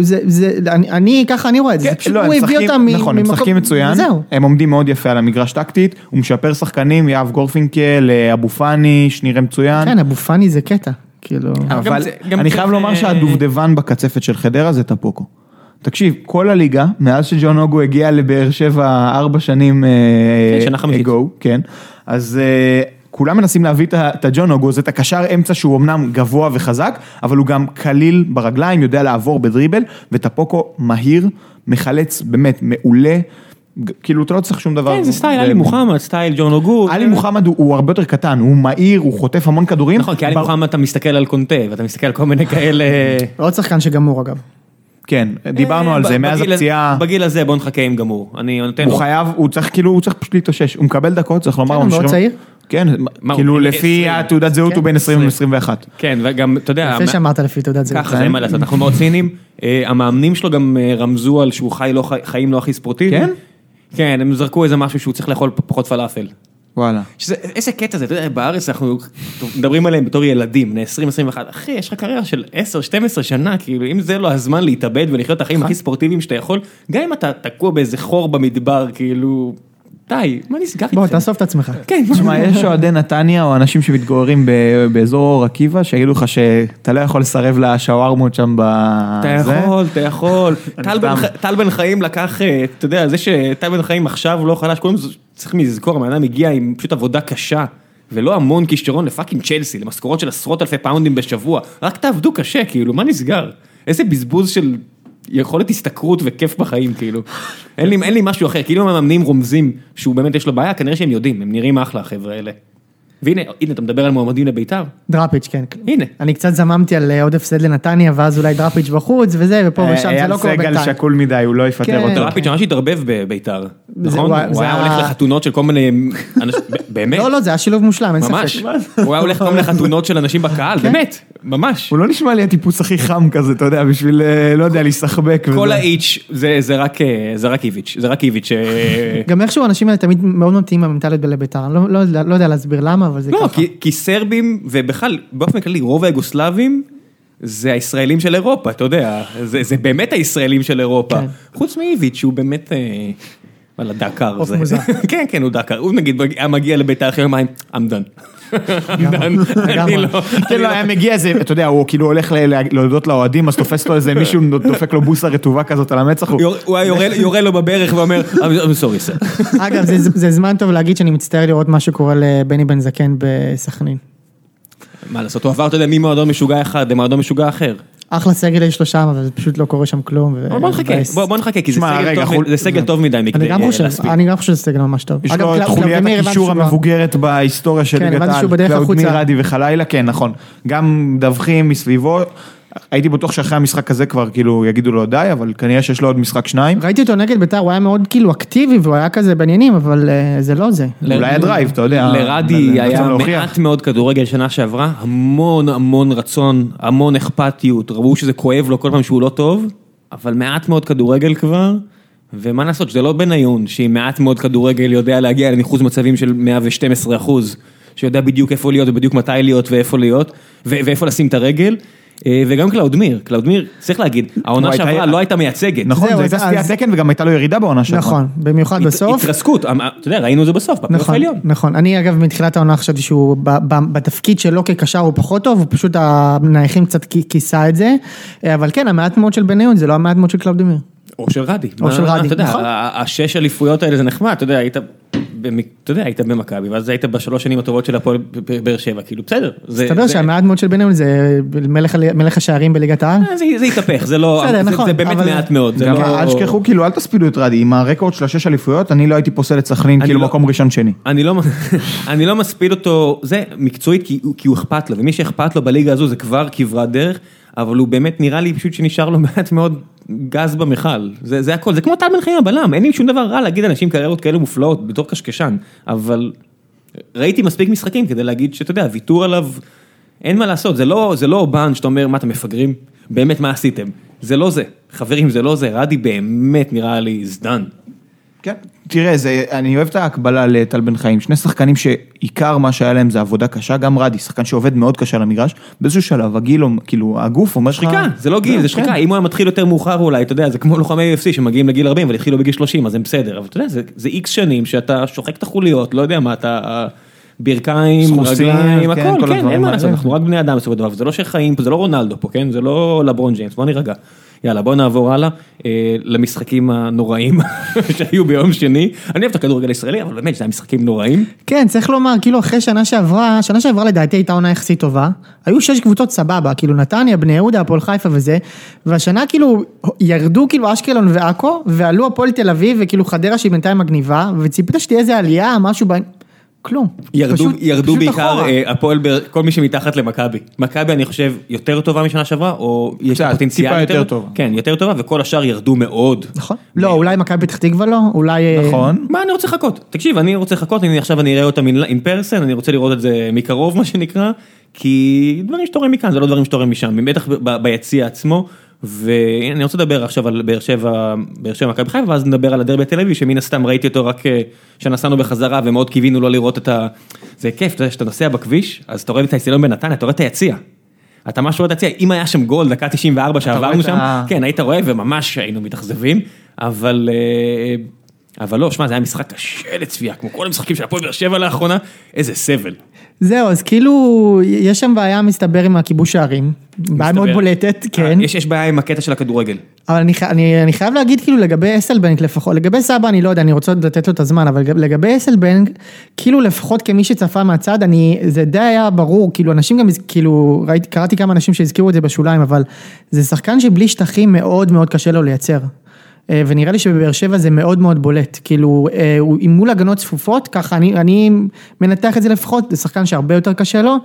ככה אני רואה את זה, פשוט הוא הביא אותם נכון, הם משחקים מצוין, הם עומדים מאוד יפה על המגרש טקטית, הוא משפר שחקנים, יאב גורפינקל, אבו פני, שנראה מצוין. כן, אבו פני זה קטע, כאילו. אבל אני חייב לומר שהדובדבן בקצפת של חדרה זה טפוקו. תקשיב, כל הליגה, מאז שג'ון אוגו הגיע לבאר שבע 4 שנים אגו, כן, אז כולם מנסים להביא את הג'ון אוגו, זה את הקשר אמצע שהוא אמנם גבוה וחזק, אבל הוא גם קליל ברגליים, יודע לעבור בדריבל, וטפוקו מהיר, מחלץ באמת מעולה, כאילו אתה לא צריך שום דבר. כן, זה סטייל עלי מוחמד, סטייל ג'ון אוגו. עלי מוחמד הוא הרבה יותר קטן, הוא מהיר, הוא חוטף המון כדורים. נכון, כי עלי מוחמד אתה מסתכל על קונטה, ואתה מסתכל על כל מיני כאלה... עוד שחקן שגמור אגב. כן, דיברנו על זה, מאז הפציעה... בגיל הזה בוא נחכה עם גמור. הוא חייב, הוא צריך פשוט להתאושש, הוא מקבל דקות, צריך לומר... כן, הוא מאוד צעיר. כן, כאילו לפי התעודת זהות הוא בין 20 ל-21. כן, וגם, אתה יודע... לפי שאמרת לפי תעודת זהות. ככה, זה מה לעשות, אנחנו מאוד ציניים. המאמנים שלו גם רמזו על שהוא חיים לא הכי ספורטיבי. כן? כן, הם זרקו איזה משהו שהוא צריך לאכול פחות פלאפל. וואלה. איזה קטע זה, אתה יודע, בארץ אנחנו מדברים עליהם בתור ילדים, בני 20-21, אחי, יש לך קריירה של 10-12 שנה, כאילו, אם זה לא הזמן להתאבד ולחיות את החיים הכי ספורטיביים שאתה יכול, גם אם אתה תקוע באיזה חור במדבר, כאילו, די, מה נסגר איתכם? בוא, תאסוף את עצמך. כן. תשמע, יש אוהדי נתניה או אנשים שמתגוררים באזור אור עקיבא, שיגידו לך שאתה לא יכול לסרב לשווארמות שם אתה יכול. טל בן חיים לקח, אתה יודע, זה שטל בן חיים עכשיו לא חלש, כולם צריכים לזכור, המאדם הגיע עם פשוט עבודה קשה, ולא המון כישרון לפאקינג צ'לסי, למשכורות של עשרות אלפי פאונדים בשבוע, רק תעבדו קשה, כאילו, מה נסגר? איזה בזבוז של יכולת הסתכרות וכיף בחיים, כאילו. אין לי משהו אחר, כאילו המאמנים רומזים שהוא באמת יש לו בעיה, כנראה שהם יודעים, הם נראים אחלה, החבר'ה האלה. והנה, אתה מדבר על מועמדים לביתר? דראפיץ', כן. הנה. אני קצת זממתי על עוד הפסד לנתניה, ואז אולי דראפיץ' בחוץ וזה, ופה ושם, זה לא קורה בינתיים. אייל סגל שקול מדי, הוא לא יפטר אותו. דראפיץ' ממש התערבב בביתר, נכון? הוא היה הולך לחתונות של כל מיני אנשים, באמת? לא, זה היה שילוב מושלם, אין ספק. ממש. הוא היה הולך כל מיני חתונות של אנשים בקהל, באמת, ממש. הוא לא נשמע לי הטיפוס הכי חם כזה, אתה יודע, בשביל, לא יודע, להסחבק. כל האיץ' זה רק איביץ', זה רק איביץ'. גם איכשהו האנשים האלה תמיד מאוד נוטים במנטליות לביתר, אני לא יודע להסביר למה, אבל זה ככה. כי סרבים, ובכלל, באופן כללי, רוב היוגוסלבים, זה הישראלים של אירופה, אתה יודע, זה באמת הישראלים של אירופה. חוץ מאיביץ' שהוא באמת, וואלה, דקר. אוף מוזר. כן, הוא דקר. הוא נגיד, היה מגיע לביתר אחרי יומיים, I'm done. כן, לא, היה מגיע איזה, אתה יודע, הוא כאילו הולך להודות לאוהדים, אז תופס לו איזה מישהו, דופק לו בוסה רטובה כזאת על המצח. הוא היה יורה לו בברך ואומר, I'm sorry, sir. אגב, זה זמן טוב להגיד שאני מצטער לראות מה שקורה לבני בן זקן בסכנין. מה לעשות, הוא עבר, אתה יודע, ממועדון משוגע אחד למועדון משוגע אחר. אחלה סגל יש לו שם, אבל פשוט לא קורה שם כלום. בוא נחכה, כי זה סגל טוב מדי. אני גם חושב שזה סגל ממש טוב. יש לו את חוליית הקישור המבוגרת בהיסטוריה של ליגת העל, קלאודמיר רדי וחלילה, כן, נכון. גם מדווחים מסביבו, הייתי בטוח שאחרי המשחק הזה כבר כאילו יגידו לו די, אבל כנראה שיש לו עוד משחק 2. ראיתי אותו נגד ביתר, הוא היה מאוד כאילו אקטיבי, והוא היה כזה בעניינים, אבל זה לא זה. אולי הדרייב, אתה יודע. לרדי היה מעט מאוד כדורגל שנה שעברה, המון רצון, המון אכפתיות, ראו שזה כואב לו כל פעם שהוא לא טוב, אבל מעט מאוד כדורגל כבר, ומה לעשות, שזה לא בניון, שעם מעט מאוד כדורגל יודע להגיע לניחוז מצבים של 112%, שיודע בדיוק איפה להיות ובדיוק מתי להיות ואיפה להיות, ואיפה לשים את הרגל. וגם קלאודמיר, צריך להגיד, העונה שעברה לא הייתה מייצגת. נכון, זה הייתה סטיית תקן וגם הייתה לו ירידה בעונה שעברה. נכון, במיוחד בסוף. התרסקות, אתה יודע, ראינו את זה בסוף, בפלייאוף העליון. נכון, אני אגב מתחילת העונה חשבתי שהוא בתפקיד שלו כקשר הוא פחות טוב, הוא פשוט המנייחים קצת כיסה את זה, אבל כן, המעט מאוד של בניון זה לא המעט מאוד של קלאודמיר. או של רדי. או של רדי, נכון. השש אליפויות האלה זה נחמד, אתה יודע, היית במכבי, ואז היית בשלוש שנים הטובות של הפועל באר שבע, כאילו, בסדר. מסתבר שהמעט מאוד של ביניהם זה מלך השערים בליגת העל? זה יתהפך, זה באמת מעט מאוד. גם אל תשכחו, כאילו, אל תספידו את רדי, עם הרקורד של השש אליפויות, אני לא הייתי פוסל את סכנין, כאילו, מקום ראשון שני. אני לא מספיד אותו, זה מקצועית, כי הוא אכפת לו, ומי שאכפת לו בליגה הזו, זה כבר כברת דרך, אבל הוא באמת נראה לי פשוט שנשאר לו מעט מאוד גז במחל, זה הכל, זה כמו טל בן חיים הבלם, אין לי שום דבר רע להגיד אנשים קריירות כאלה מופלאות בתור קשקשן, אבל ראיתי מספיק משחקים כדי להגיד שאתה יודע, ויתור עליו, אין מה לעשות, זה לא בן שאתה אומר מה אתם מפגרים, באמת מה עשיתם, זה לא זה, חברים זה לא זה, רדי באמת נראה לי זדן. כן, תראה, אני אוהב את ההקבלה לטל בן חיים, שני שחקנים שעיקר מה שהיה להם זה עבודה קשה, גם רדי, שחקן שעובד מאוד קשה למגרש, באיזשהו שלב, הגיל, כאילו, הגוף אומר לך... שחיקה, זה לא גיל, זה שחיקה, אם הוא היה מתחיל יותר מאוחר אולי, אתה יודע, זה כמו לוחמי UFC שמגיעים לגיל 40, אבל התחילו בגיל 30, אז הם בסדר, אבל אתה יודע, זה איקס שנים שאתה שוחק את החוליות, לא יודע מה, אתה... ברכיים, רגליים, הכל, כן, אין מה לעשות, אנחנו רק בני אדם בסופו של דבר, זה לא שחיים, זה לא רונלדו פה, כן, זה לא לברון ג'יימס, בוא נירגע. יאללה, בוא נעבור הלאה למשחקים הנוראים שהיו ביום שני. אני אוהב את הכדורגל הישראלי, אבל באמת, זה היה משחקים נוראים. כן, צריך לומר, כאילו אחרי שנה שעברה לדעתי הייתה עונה יחסית טובה, היו 6 קבוצות סבבה, כאילו נתניה, בני יהודה, הפועל חיפה וזה, והשנה כאילו ירדו כאילו אשקלון ועכו, ועלו הפועל תל אביב, וכאילו חדרה שהיא בינתיים מגניבה, וציפית שתהיה איזה עלייה, משהו כלום. ירדו בעיקר הפועל, כל מי שמתחת למכבי. מכבי אני חושב יותר טובה משנה שעברה, או יש פוטנציאל יותר טוב. כן, יותר טובה, וכל השאר ירדו מאוד. נכון. לא, אולי מכבי פתח תקווה לא, אולי... נכון. מה אני רוצה לחכות? תקשיב, אני רוצה לחכות, עכשיו אני אראה אותם in person, אני רוצה לראות את זה מקרוב, מה שנקרא, כי דברים שתורם מכאן, זה לא דברים שתורם משם, בטח ביציע עצמו, ואני רוצה לדבר עכשיו על באר שבע מכבי חיפה, ואז נדבר על הדרבי התל אביב, שמן הסתם ראיתי אותו רק שנסענו בחזרה, ומאוד קיווינו לא לראות את ה... זה כיף, אתה יודע, שאתה נוסע בכביש, אז אתה רואה את האצטדיון בנתניה, אתה רואה את היציע. אתה ממש רואה את היציע, אם היה שם גול, דקה 94 שעברנו שם, כן, היית רואה, וממש היינו מתאכזבים, אבל לא, שמע, זה היה משחק קשה לצפייה, כמו כל המשחקים של הפועל באר שבע לאחרונה, איזה סבל. זהו, אז כאילו, יש שם בעיה מסתבר עם הכיבוש הערים, בעיה מאוד בולטת, כן. יש בעיה עם הקטע של הכדורגל. אבל אני חייב להגיד כאילו לגבי אסלבנק לפחות, לגבי סבא אני לא יודע, אני רוצה לתת לו את הזמן, אבל לגבי אסלבנק, כאילו לפחות כמי שצפה מהצד, זה די היה ברור, כאילו אנשים גם, כאילו, קראתי כמה אנשים שהזכירו את זה בשוליים, אבל זה שחקן שבלי שטחים מאוד מאוד קשה לו לייצר. ונראה לי שבבאר שבע זה מאוד מאוד בולט, כאילו, עם מול הגנות צפופות, ככה אני מנתח את זה לפחות, זה שחקן שהרבה יותר קשה לו,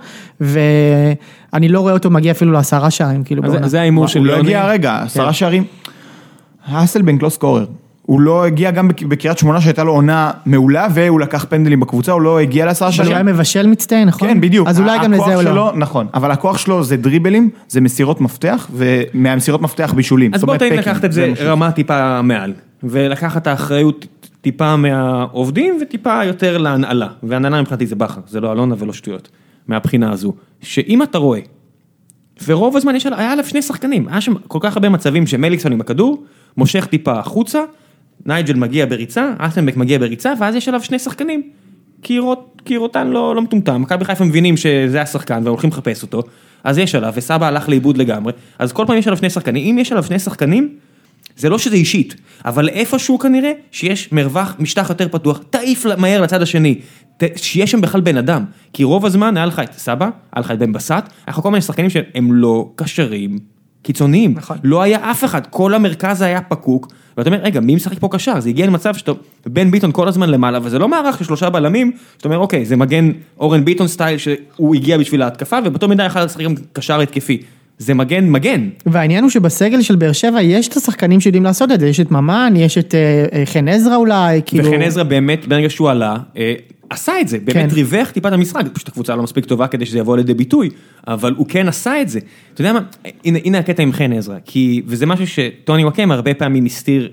ואני לא רואה אותו מגיע אפילו ל10 שערים, כאילו. זה האימור של הוא לא הגיע רגע, 10 שערים, אסלבנק לא סקורר. הוא לא הגיע גם בקריית שמונה שהייתה לו עונה מעולה, והוא לקח פנדלים בקבוצה, הוא לא הגיע ל10 שערים. הוא היה מבשל מצטיין, נכון? כן, בדיוק. אז אולי גם לזה הוא לא. נכון, אבל הכוח שלו זה דריבלים, זה מסירות מפתח, ומהמסירות מפתח בישולים. אז בוא תן לקחת את זה רמה טיפה מעל, ולקחת את האחריות טיפה מהעובדים, וטיפה יותר להנהלה. והנהלה מבחינתי זה בחר, זה לא אלונה ולא שטויות, מהבחינה הזו. שאם אתה רואה, ורוב הזמן היה עליו 2 שחקנים, היה שם כל כך הרבה מצבים שמליקסון עם הכדור, מושך טיפה החוצה, נייג'ל מגיע בריצה, אסלבנק מגיע בריצה, ואז יש עליו 2 שחקנים, קירותן לא מטומטם, מכבי חיפה מבינים שזה השחקן, והולכים לחפש אותו, אז יש עליו, וסבא הלך לאיבוד לגמרי, אז כל פעם יש עליו 2 שחקנים, אם יש עליו 2 שחקנים, זה לא שזה אישית, אבל איפשהו כנראה, שיש מרווח משטח יותר פתוח, תעיף מהר לצד השני, שיש שם בכלל בן אדם, כי רוב הזמן היה לך את סבא, היה לך את בן בסט, היה לך כל מיני שחקנים שהם לא קשרים, קיצוניים, לא היה אף אחד, כל המרכז היה פקוק, ואתה אומר, רגע, מי משחק פה קשר? זה הגיע למצב שאתה, בן ביטון כל הזמן למעלה, וזה לא מערך של 3 בלמים, שאתה אומר, אוקיי, זה מגן אורן ביטון סטייל, שהוא הגיע בשביל ההתקפה, ובאותו מידה יכול לשחק גם קשר התקפי. זה מגן. והעניין הוא שבסגל של באר שבע, יש את השחקנים שיודעים לעשות את זה, יש את ממן, יש את חן עזרא אולי, וחן עזרא באמת, ברגע שהוא עלה, עשה את זה, באמת ריווח טיפה את המשחק, פשוט הקבוצה לא מספיק טובה כדי שזה יבוא לידי ביטוי, אבל הוא כן עשה את זה. אתה יודע מה, הנה הקטע עם חן עזרא, וזה משהו שטוני וואקם הרבה פעמים מסתיר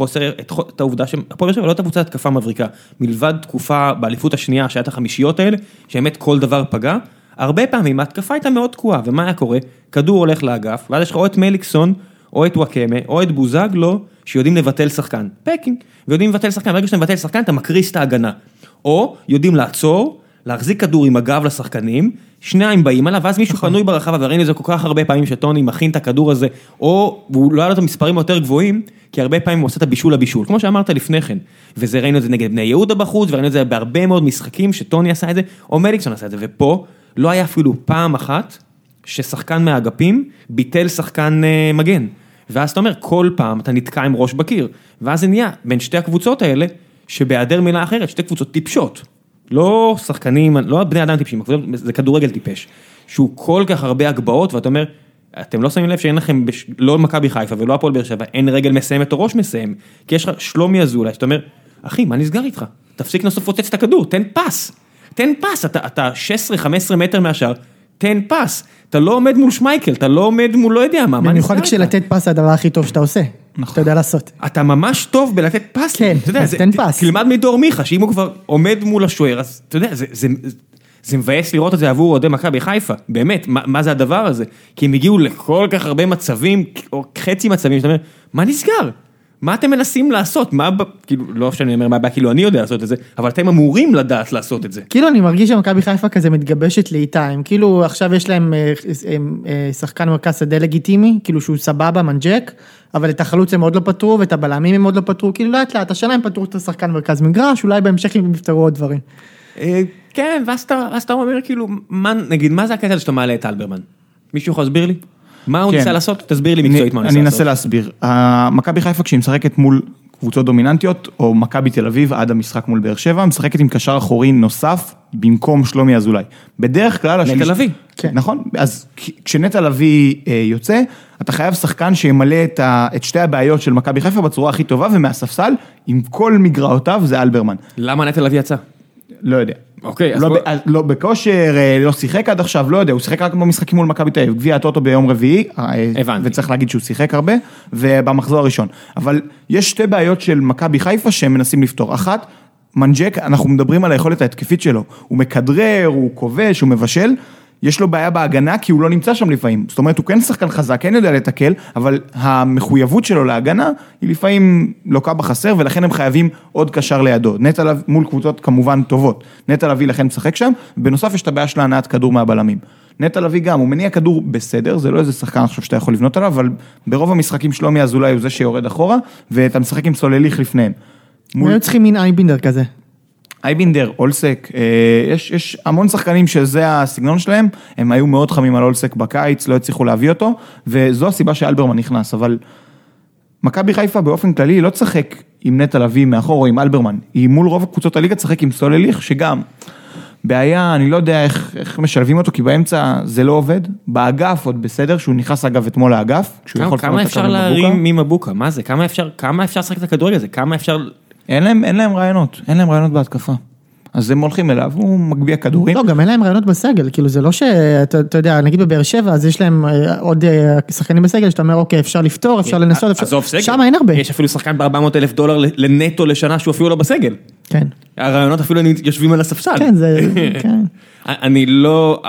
את העובדה שהפועל באר שבע לא הייתה קבוצת התקפה מבריקה, מלבד תקופה באליפות השנייה, שהייתה החמישיות האלה, שבאמת כל דבר פגע, הרבה פעמים ההתקפה הייתה מאוד תקועה, ומה היה קורה? כדור הולך לאגף, ואז יש לך או את מליקסון, או את וואקמה, או את בוזגלו, שיודעים לבטל שחקן, פקינג, ויודעים לבטל שחקן, ברגע שאתה מבטל שחקן, אתה מקריס את ההגנה. או יודעים לעצור, להחזיק כדור עם הגב לשחקנים, שניים באים עליו, ואז מישהו פנוי ברחבה, וראינו את זה כל כך הרבה פעמים שטוני מכין את הכדור הזה, או הוא לא היה לו את המספרים היותר גבוהים, כי הרבה פעמים הוא עושה את הבישול לבישול, כמו שאמרת לפני כן, וזה ראינו את זה נגד בני יהודה בחוץ, וראינו את זה בהרבה מאוד משחקים, שטוני עשה את זה, או מליקסון עשה את זה, ופה לא היה אפילו פעם אחת, ששחקן מהאגפים ביטל שחקן מגן, ואז אתה אומר, כל פעם אתה נתקע עם ראש בקיר, ואז זה נהיה בין שתי הקבוצות האלה, שבהיעדר מילה אחרת, שתי קבוצות טיפשות, לא שחקנים, לא בני אדם טיפשים, זה כדורגל טיפש, שהוא כל כך הרבה הגבעות, ואתה אומר, אתם לא שמים לב שאין לכם, לא מכבי חיפה ולא הפועל באר שבע, אין רגל מסיימת או ראש מסיים, כי יש לך שלומי אזולאי, שאתה אומר, אחי, מה נסגר איתך? תפסיק נוסף פוצץ את הכדור, תן פס, אתה 16-15 מטר מהשאר, תן פס, אתה לא עומד מול שמייקל, אתה לא עומד מול לא יודע מה, במיוחד כשלתת פס זה הדבר הכי טוב שאתה עושה, אתה יודע לעשות. אתה ממש טוב בלתת פס, כן, תן פס. תלמד מדור מיכה, שאם הוא כבר עומד מול השוער, אז אתה יודע, זה מבאס לראות את זה עבור אוהדי מכבי חיפה, באמת, מה זה הדבר הזה? כי הם הגיעו לכל כך הרבה מצבים, או חצי מצבים, שאתה אומר, מה נסגר? מה אתם מנסים לעשות? כאילו, לא שאני אומר מה, כאילו אני יודע לעשות את זה, אבל אתם אמורים לדעת לעשות את זה. כאילו אני מרגיש שמכבי חיפה כזה מתגבשת לאיתה, הם כאילו עכשיו יש להם שחקן מרכז שדה לגיטימי, כאילו שהוא סבבה, מנג'ק, אבל את החלוץ הם עוד לא פתרו, ואת הבלמים הם עוד לא פתרו, כאילו לאט לאט, השנה הם פתרו את השחקן מרכז מגרש, אולי בהמשך הם יפתרו עוד דברים. כן, ואז אתה אומר כאילו, נגיד, מה זה הקטע הזה שאתה מעלה את אלברמן? מישהו יכול להסביר לי? מה הוא ניסה לעשות? תסביר לי מקצועית מה הוא ניסה לעשות. אני אנסה להסביר. מכבי חיפה כשהיא משחקת מול קבוצות דומיננטיות, או מכבי תל אביב עד המשחק מול באר שבע, משחקת עם קשר אחורי נוסף, במקום שלומי אזולאי. בדרך כלל... נטע לביא. נכון, אז כשנטע לביא יוצא, אתה חייב שחקן שימלא את שתי הבעיות של מכבי חיפה בצורה הכי טובה, ומהספסל, עם כל מגרעותיו, זה אלברמן. למה נטע לביא יצא? לא יודע. אוקיי, לא בכושר, לא שיחק עד עכשיו, לא יודע, הוא שיחק רק במשחקים מול מכבי תל אביב, גביע הטוטו ביום רביעי, וצריך להגיד שהוא שיחק הרבה, ובמחזור הראשון. אבל יש שתי בעיות של מכבי חיפה שהם מנסים לפתור. אחת, מנג'ק, אנחנו מדברים על היכולת ההתקפית שלו, הוא מקדרר, הוא כובש, הוא מבשל, יש לו בעיה בהגנה כי הוא לא נמצא שם לפעמים, זאת אומרת הוא כן שחקן חזק, כן יודע לתקל, אבל המחויבות שלו להגנה היא לפעמים לוקה בחסר, ולכן הם חייבים עוד קשר לידו, נטע לביא מול קבוצות כמובן טובות, נטע לביא לכן משחק שם, בנוסף יש את הבעיה של הנעת כדור מהבלמים, נטע לביא גם, הוא מניע כדור בסדר, זה לא איזה שחקן עכשיו שאתה יכול לבנות עליו, אבל ברוב המשחקים שלומי אזולאי הוא זה שיורד אחורה, ואתה משחק עם סולליך לפניהם. היו צריכים מין אייבינדר כזה. אייבינדר, אולסק, יש המון שחקנים שזה הסגנון שלהם, הם היו מאוד חמים על אולסק בקיץ, לא הצליחו להביא אותו, וזו הסיבה שאלברמן נכנס, אבל מכבי חיפה באופן כללי לא תשחק עם נטע לביא מאחור או עם אלברמן, היא מול רוב הקבוצות הליגה תשחק עם סולליך, שגם בעיה, אני לא יודע איך משלבים אותו, כי באמצע זה לא עובד, באגף עוד בסדר, שהוא נכנס אגב אתמול לאגף, כמה אפשר להרים ממבוקה, מה זה? כמה אפשר לשחק את הכדורגל הזה? כמה אפשר... אין להם רעיונות בהתקפה. אז הם הולכים אליו, הוא מגביע כדורים. לא, גם אין להם רעיונות בסגל, כאילו זה לא שאתה יודע, נגיד בבאר שבע, אז יש להם עוד שחקנים בסגל, שאתה אומר, אוקיי, אפשר לפתור, אפשר לנסות, עזוב סגל. שם אין הרבה. יש אפילו שחקן ב$400,000 לנטו לשנה, שהוא אפילו לא בסגל. כן. הרעיונות אפילו יושבים על הספסל. כן, זה, כן. אני לא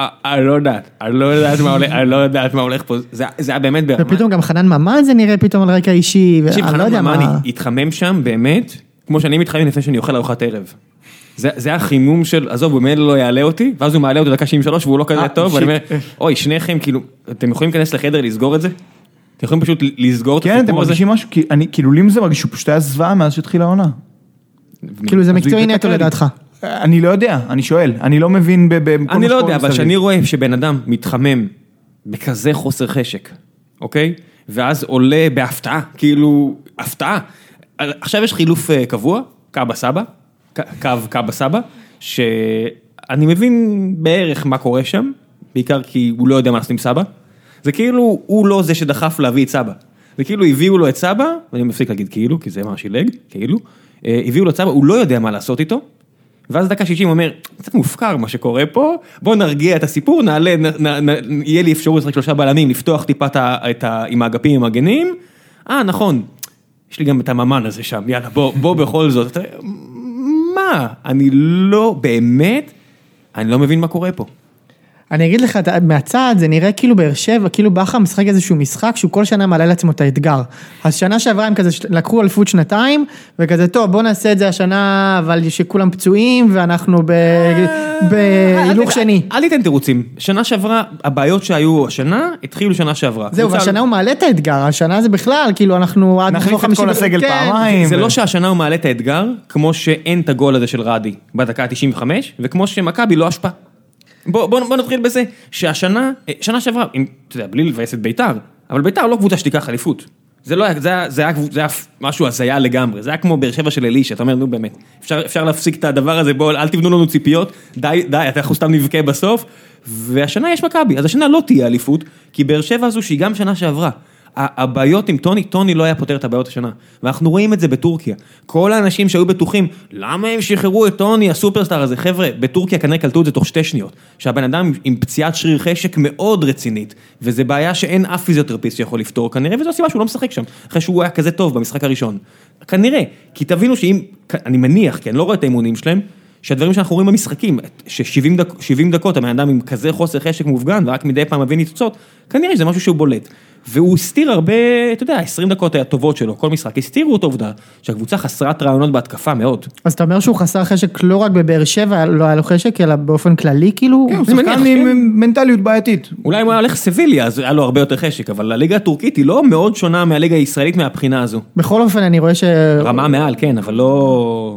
יודעת מה הולך פה, זה היה באמת ברמה. ופתאום גם חנן ממן זה נראה פתאום על רקע אישי, חנן ממן התחמם שם באמת, כמו שאני מתחמם לפני שאני אוכל ארוחת ערב. זה החימום של, עזוב, הוא ממילא לא יעלה אותי, ואז הוא מעלה אותי דקה 73, והוא לא כזה טוב, ואני אומר, אוי, שניכם, כאילו, אתם יכולים להיכנס לחדר לסגור את זה? אתם יכולים פשוט לסגור את הסיפור הזה? כן, אתם מרגישים משהו, כאילו, לי זה מרגיש, הוא פשוט היה זוועה מאז שהתחילה העונה. כאילו, זה מקצועי נטו לדעתך. אני לא יודע, אני שואל, אני לא מבין אני לא יודע, אבל שאני רואה שבן אדם מתחמם בכזה חוסר חשק, אוקיי? ואז עולה בהפתעה, כאילו, הפתעה. עכשיו יש חילוף קבוע, קאבה סבא, שאני מבין בערך מה קורה שם, בעיקר כי הוא לא יודע מה לעשות עם סבא. זה כאילו, הוא לא זה שדחף להביא את סבא. זה כאילו, הביאו לו את סבא, ואני מפסיק להגיד כאילו, כי זה מה שילג, כאילו, הביאו לו את סבא, הוא לא יודע מה לעשות איתו, ואז דקה 60 אומר, קצת מופקר מה שקורה פה, בוא נרגיע את הסיפור, נעלה, יהיה לי אפשרות לשחק 3 בלמים, לפתוח טיפה עם האגפים עם הגנים, נכון, יש לי גם את הממן הזה שם, יאללה, בוא בכל זאת, מה? אני לא, באמת, אני לא מבין מה קורה פה. אני אגיד לך, מהצד זה נראה כאילו באר שבע, כאילו בכר משחק איזשהו משחק, שהוא כל שנה מעלה לעצמו את האתגר. אז שנה שעברה הם כזה לקחו אליפות 2, וכזה טוב, בוא נעשה את זה השנה, אבל שכולם פצועים, ואנחנו בהילוך שני. אל תיתן תירוצים, שנה שעברה, הבעיות שהיו השנה, התחילו שנה שעברה. זהו, והשנה הוא מעלה את האתגר, השנה זה בכלל, כאילו אנחנו נחליף את כל הסגל פעמיים. זה לא שהשנה הוא מעלה את האתגר, כמו שאין את הגול הזה של רדי, בדקה 95, וכמו שמכבי לא השפעה. בוא נתחיל בזה, שהשנה, שנה שעברה, אתה יודע, בלי לבאס את ביתר, אבל ביתר לא קבוצה שתיקח אליפות. זה היה משהו הזיה לגמרי, זה היה כמו באר שבע של אלישע, אתה אומר, נו באמת, אפשר להפסיק את הדבר הזה, בואו, אל תבנו לנו ציפיות, די, אנחנו סתם נבכה בסוף, והשנה יש מכבי, אז השנה לא תהיה אליפות, כי באר שבע הזו שהיא גם שנה שעברה, הבעיות עם טוני לא היה פותר את הבעיות השנה, ואנחנו רואים את זה בטורקיה, כל האנשים שהיו בטוחים, למה הם שחררו את טוני, הסופרסטאר הזה, חבר'ה, בטורקיה כנראה קלטו את זה תוך 2 שניות, שהבן אדם עם פציעת שריר חשק מאוד רצינית, וזה בעיה שאין אף פיזיותרפיסט שיכול לפתור, כנראה, וזו הסיבה שהוא לא משחק שם, אחרי שהוא היה כזה טוב במשחק הראשון, כנראה, כי תבינו שאם, אני מניח, כי אני לא רואה את האימונים שלהם, שהדברים שאנחנו רואים במשחקים, ש70 דקות, הבן אדם עם כזה חוסר חשק מופגן, ורק מדי פעם מביא ניצוצות, כנראה שזה משהו שהוא בולט. והוא הסתיר הרבה, אתה יודע, 20 דקות הטובות שלו, כל משחק, הסתירו אותו עובדה, שהקבוצה חסרת רעיונות בהתקפה מאוד. אז אתה אומר שהוא חסר חשק לא רק בבאר שבע, לא היה לו חשק, אלא באופן כללי, כאילו? כן, הוא שחקן עם מנטליות בעייתית. אולי אם הוא היה הולך סביליה, אז היה לו הרבה יותר חשק, אבל הליגה הטורקית היא לא מאוד שונה מהליגה הישראלית מהבחינה הזו. בכל אופן, אני רואה רמה מעל, כן, אבל לא,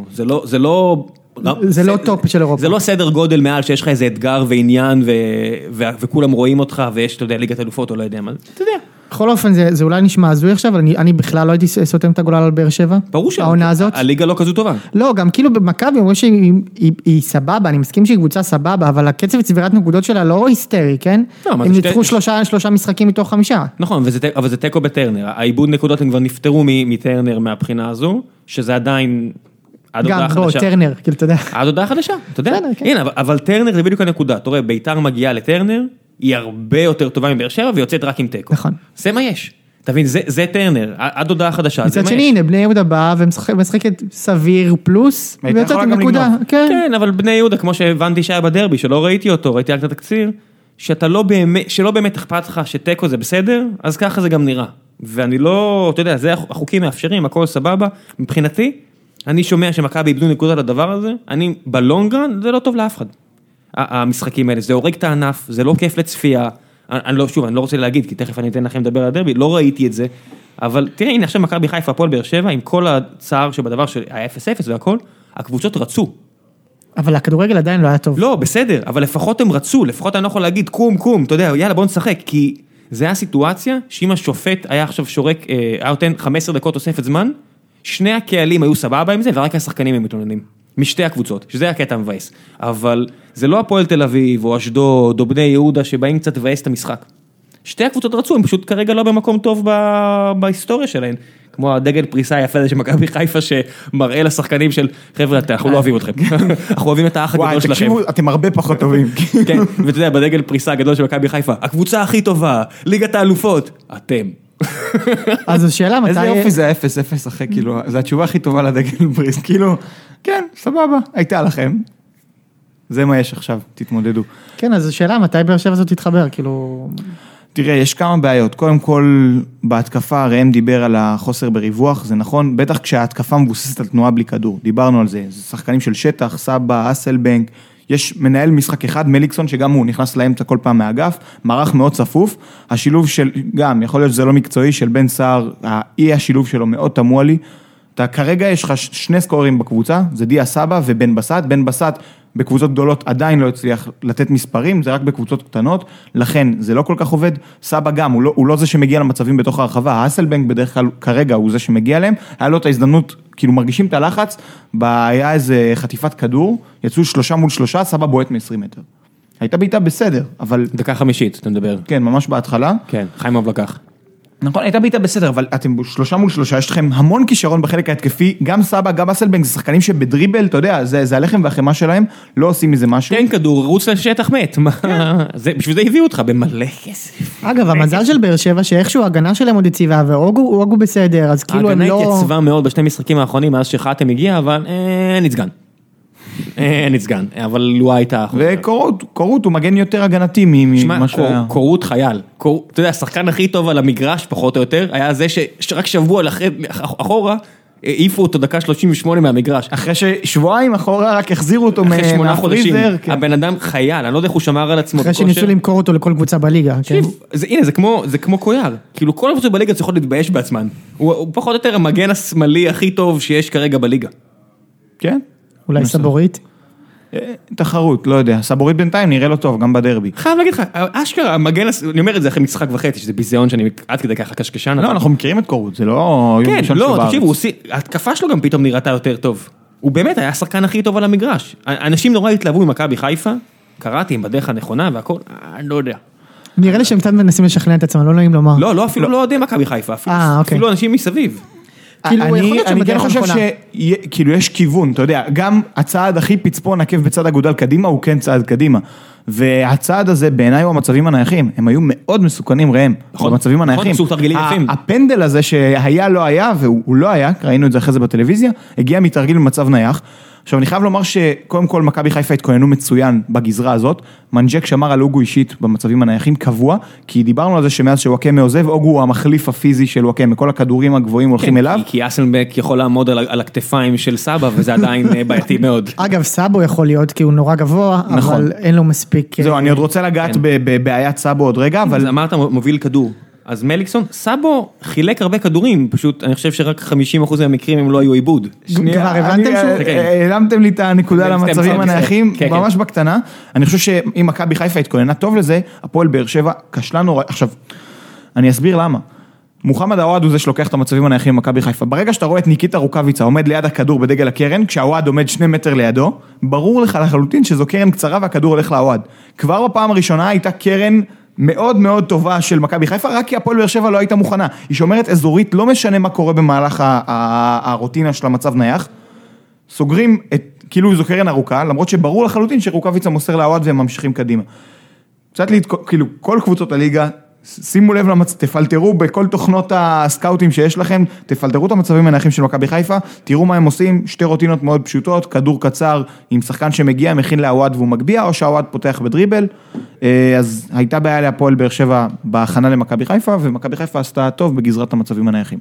זה לא טופ של אירופה. זה לא סדר גודל מעל שיש לך איזה אתגר ועניין וכולם רואים אותך ויש, אתה יודע, ליגת אלופות או לא יודע מה, אתה יודע. בכל אופן זה אולי נשמע הזוי עכשיו, אבל אני בכלל לא הייתי סותם את הגולל על באר שבע. ברור העונה הזאת. הליגה לא כזו טובה. לא, גם כאילו במכבי אומרים שהיא סבבה, אני מסכים שהיא קבוצה סבבה, אבל הקצב וצבירת נקודות שלה לא היסטרי, כן? הם ניצחו 3 משחקים מתוך 5. נכון, אבל זה טקו בטרנר. העיבוד נקודות הם כבר נפטרו מטרנר מהבחינה הזו, שזה עדיין גם בוא, טרנר, כאילו, אתה יודע. עד הודעה חדשה, אתה יודע. הנה, אבל טרנר זה בדיוק הנקודה. אתה רואה, ביתר מגיעה לטרנר, היא הרבה יותר טובה מבאר שבע, ויוצאת רק עם טקו. נכון. זה מה יש. תבין, זה טרנר, עד הודעה חדשה, זה מה יש. מצד שני, הנה, בני יהודה באה, ומשחקת סביר פלוס, ויוצאת עם נקודה. כן, אבל בני יהודה, כמו שהבנתי שהיה בדרבי, שלא ראיתי אותו, ראיתי רק את התקציר, שלא באמת אכפת לך שטקו זה בסדר, אז ככה זה גם נראה. ואני לא, אתה יודע, זה החוקים מאפשרים, הכל סבבה. מבחינתי, אני שומע שמכבי איבדו נקודות לדבר הזה, אני בלונגרן, זה לא טוב לאף אחד. המשחקים האלה, זה הורג את הענף, זה לא כיף לצפייה, אני לא רוצה להגיד, כי תכף אני אתן לכם לדבר על הדרבי, לא ראיתי את זה, אבל תראה, הנה עכשיו מכבי חיפה, הפועל באר שבע, עם כל הצער שבדבר של ה-0-0 והכל, הקבוצות רצו. אבל הכדורגל עדיין לא היה טוב. לא, בסדר, אבל לפחות הם רצו, לפחות אני לא יכול להגיד, קום, אתה יודע, יאללה בוא נשחק, כי זה היה סיטואציה, שאם השופט היה עכשיו שורק, היה נותן 15 דקות תוספת זמן, שני הקהלים היו סבבה עם זה, ורק השחקנים הם מתלוננים. משתי הקבוצות, שזה הקטע מבאס. אבל זה לא הפועל תל אביב, או אשדוד, או בני יהודה, שבאים קצת לבאס את המשחק. שתי הקבוצות רצו, הם פשוט כרגע לא במקום טוב בהיסטוריה שלהן. כמו הדגל פריסה היפה הזה שמכבי חיפה, שמראה לשחקנים של, חבר'ה, אנחנו לא אוהבים אתכם. אנחנו אוהבים את האח הגדול שלכם. וואי, תקשיבו, אתם הרבה פחות טובים. כן, ואתה יודע, בדגל פריסה הגדול של מכבי חיפה, הקבוצה הכי טובה, ליגת האלופות, אתם. אז השאלה מתי... איזה יופי זה 0-0 אחרי, כאילו, זה התשובה הכי טובה לדגל פריס, כאילו, כן, סבבה, הייתה לכם. זה מה יש עכשיו, תתמודדו. כן, אז השאלה מתי באר שבע הזאת תתחבר, כאילו... תראה, יש כמה בעיות. קודם כל, בהתקפה, ראם דיבר על החוסר בריווח, זה נכון, בטח כשההתקפה מבוססת על תנועה בלי כדור, דיברנו על זה, זה שחקנים של שטח, סבא, אסלבנק, יש מנהל משחק אחד, מליקסון, שגם הוא נכנס לאמצע כל פעם מהאגף, מערך מאוד צפוף, השילוב של, גם, יכול להיות שזה לא מקצועי, של בן סער, האי השילוב שלו מאוד תמוה לי, אתה כרגע יש לך 2 סקוררים בקבוצה, זה דיה סבא ובן בסט, בן בסט בקבוצות גדולות עדיין לא הצליח לתת מספרים, זה רק בקבוצות קטנות, לכן זה לא כל כך עובד, סבא גם, הוא לא זה שמגיע למצבים בתוך הרחבה, האסלבנק בדרך כלל כרגע הוא זה שמגיע להם, היה לו את ההזדמנות, כאילו מרגישים את הלחץ, היה איזה חטיפת כדור, יצאו 3 מול 3, סבא בועט מ-20 מטר. הייתה בעיטה בסדר, אבל... דקה 5, אתה מדבר. כן, ממש בהתחלה. כן, חיימוב לקח. נכון, הייתה בעיטה בסדר, אבל אתם 3 מול 3, יש לכם המון כישרון בחלק ההתקפי, גם סבא, גם אסלבנק, זה שחקנים שבדריבל, אתה יודע, זה הלחם והחמה שלהם, לא עושים מזה משהו. תן כדור, רוץ לשטח מת, בשביל זה הביאו אותך במלא כסף. אגב, המזל של באר שבע, שאיכשהו ההגנה שלהם עוד יציבה, ואוגו בסדר, אז כאילו הם לא... ההגנה התייצבה מאוד בשני משחקים האחרונים, מאז שחתם הגיע, אבל אין סגן, אבל לא הייתה... וקורות הוא מגן יותר הגנתי ממה שהיה. קורות חייל, אתה יודע, השחקן הכי טוב על המגרש, פחות או יותר, היה זה שרק שבוע אחורה, העיפו אותו דקה 38 מהמגרש. אחרי ששבועיים אחורה רק החזירו אותו אחרי 8 חודשים, מהפריזר. הבן אדם חייל, אני לא יודע איך הוא שמר על עצמו. אחרי שניסו למכור אותו לכל קבוצה בליגה. הנה, זה כמו קויאר, כאילו כל הקבוצות בליגה צריכות להתבייש בעצמן. הוא פחות או יותר המגן השמאלי הכי טוב שיש כרגע בליגה. כן? אולי סבורית? תחרות, לא יודע. סבורית בינתיים נראה לו טוב, גם בדרבי. חייב להגיד לך, אשכרה, המגן, אני אומר את זה אחרי משחק וחצי, שזה ביזיון שאני עד כדי ככה קשקשן. לא, אנחנו מכירים את קורות, זה לא... כן, לא, תקשיבו, התקפה שלו גם פתאום נראתה יותר טוב. הוא באמת היה השחקן הכי טוב על המגרש. אנשים נורא התלהבו ממכבי חיפה, קראתי, עם בדרך הנכונה והכל, אני לא יודע. נראה לי שהם קצת מנסים לשכנע את עצמם, לא נעים לומר. לא, אפילו לא יודעים מכבי חיפה, אפילו אנשים מסביב. אני כן חושב שכאילו יש כיוון, אתה יודע, גם הצעד הכי פצפון עקב בצד אגודל קדימה, הוא כן צעד קדימה. והצעד הזה בעיניי הוא המצבים הנייחים, הם היו מאוד מסוכנים ראם, במצבים הנייחים. הפנדל הזה שהיה לא היה, והוא לא היה, ראינו את זה אחרי זה בטלוויזיה, הגיע מתרגיל במצב נייח. עכשיו אני חייב לומר שקודם כל מכבי חיפה התכוננו מצוין בגזרה הזאת, מנג'ק שמר על אוגו אישית במצבים הנייחים קבוע, כי דיברנו על זה שמאז שוואקמה עוזב, אוגו הוא המחליף הפיזי של וואקמה, כל הכדורים הגבוהים הולכים אליו. כי אסלבנק יכול לעמוד על הכתפיים של סבא, וזה עדיין בעייתי מאוד. אגב, סבו יכול להיות כי הוא נורא גבוה, אבל אין לו מספיק... זהו, אני עוד רוצה לגעת בבעיית סבו עוד רגע, אבל... אמרת מוביל כדור. אז מליקסון, סבו חילק הרבה כדורים, פשוט אני חושב שרק 50% מהמקרים הם לא היו עיבוד. כבר הבנתם שהוא? העלמתם לי את הנקודה למצבים הנייחים, ממש בקטנה. אני חושב שאם מכבי חיפה התכוננה טוב לזה, הפועל באר שבע כשלה נורא. עכשיו, אני אסביר למה. מוחמד עווד הוא זה שלוקח את המצבים הנייחים במכבי חיפה. ברגע שאתה רואה את ניקיטה רוקאביצה עומד ליד הכדור בדגל הקרן, כשהעווד עומד 2 מטר לידו, ברור לך לחלוטין שזו קרן קצרה והכדור הולך לעווד. כבר בפעם הראשונה הייתה קרן מאוד מאוד טובה של מכבי חיפה, רק כי הפועל באר שבע לא הייתה מוכנה. היא שומרת אזורית, לא משנה מה קורה במהלך הרוטינה של המצב נייח. סוגרים את, כאילו זו קרן ארוכה, למרות שברור לחלוטין שרוקאביצה מוסר לעווד והם ממשיכים קדימה. קצת כאילו כל קבוצות הליגה, שימו לב, תפלטרו בכל תוכנות הסקאוטים שיש לכם, תפלטרו את המצבים הנייחים של מכבי חיפה, תראו מה הם עושים, 2 רוטינות מאוד פשוטות, כדור קצר עם שחקן שמגיע, מכין לעווד והוא מגביע, או שהעווד פותח בדריבל, אז הייתה בעיה להפועל באר שבע בהכנה למכבי חיפה, ומכבי חיפה עשתה טוב בגזרת המצבים הנייחים.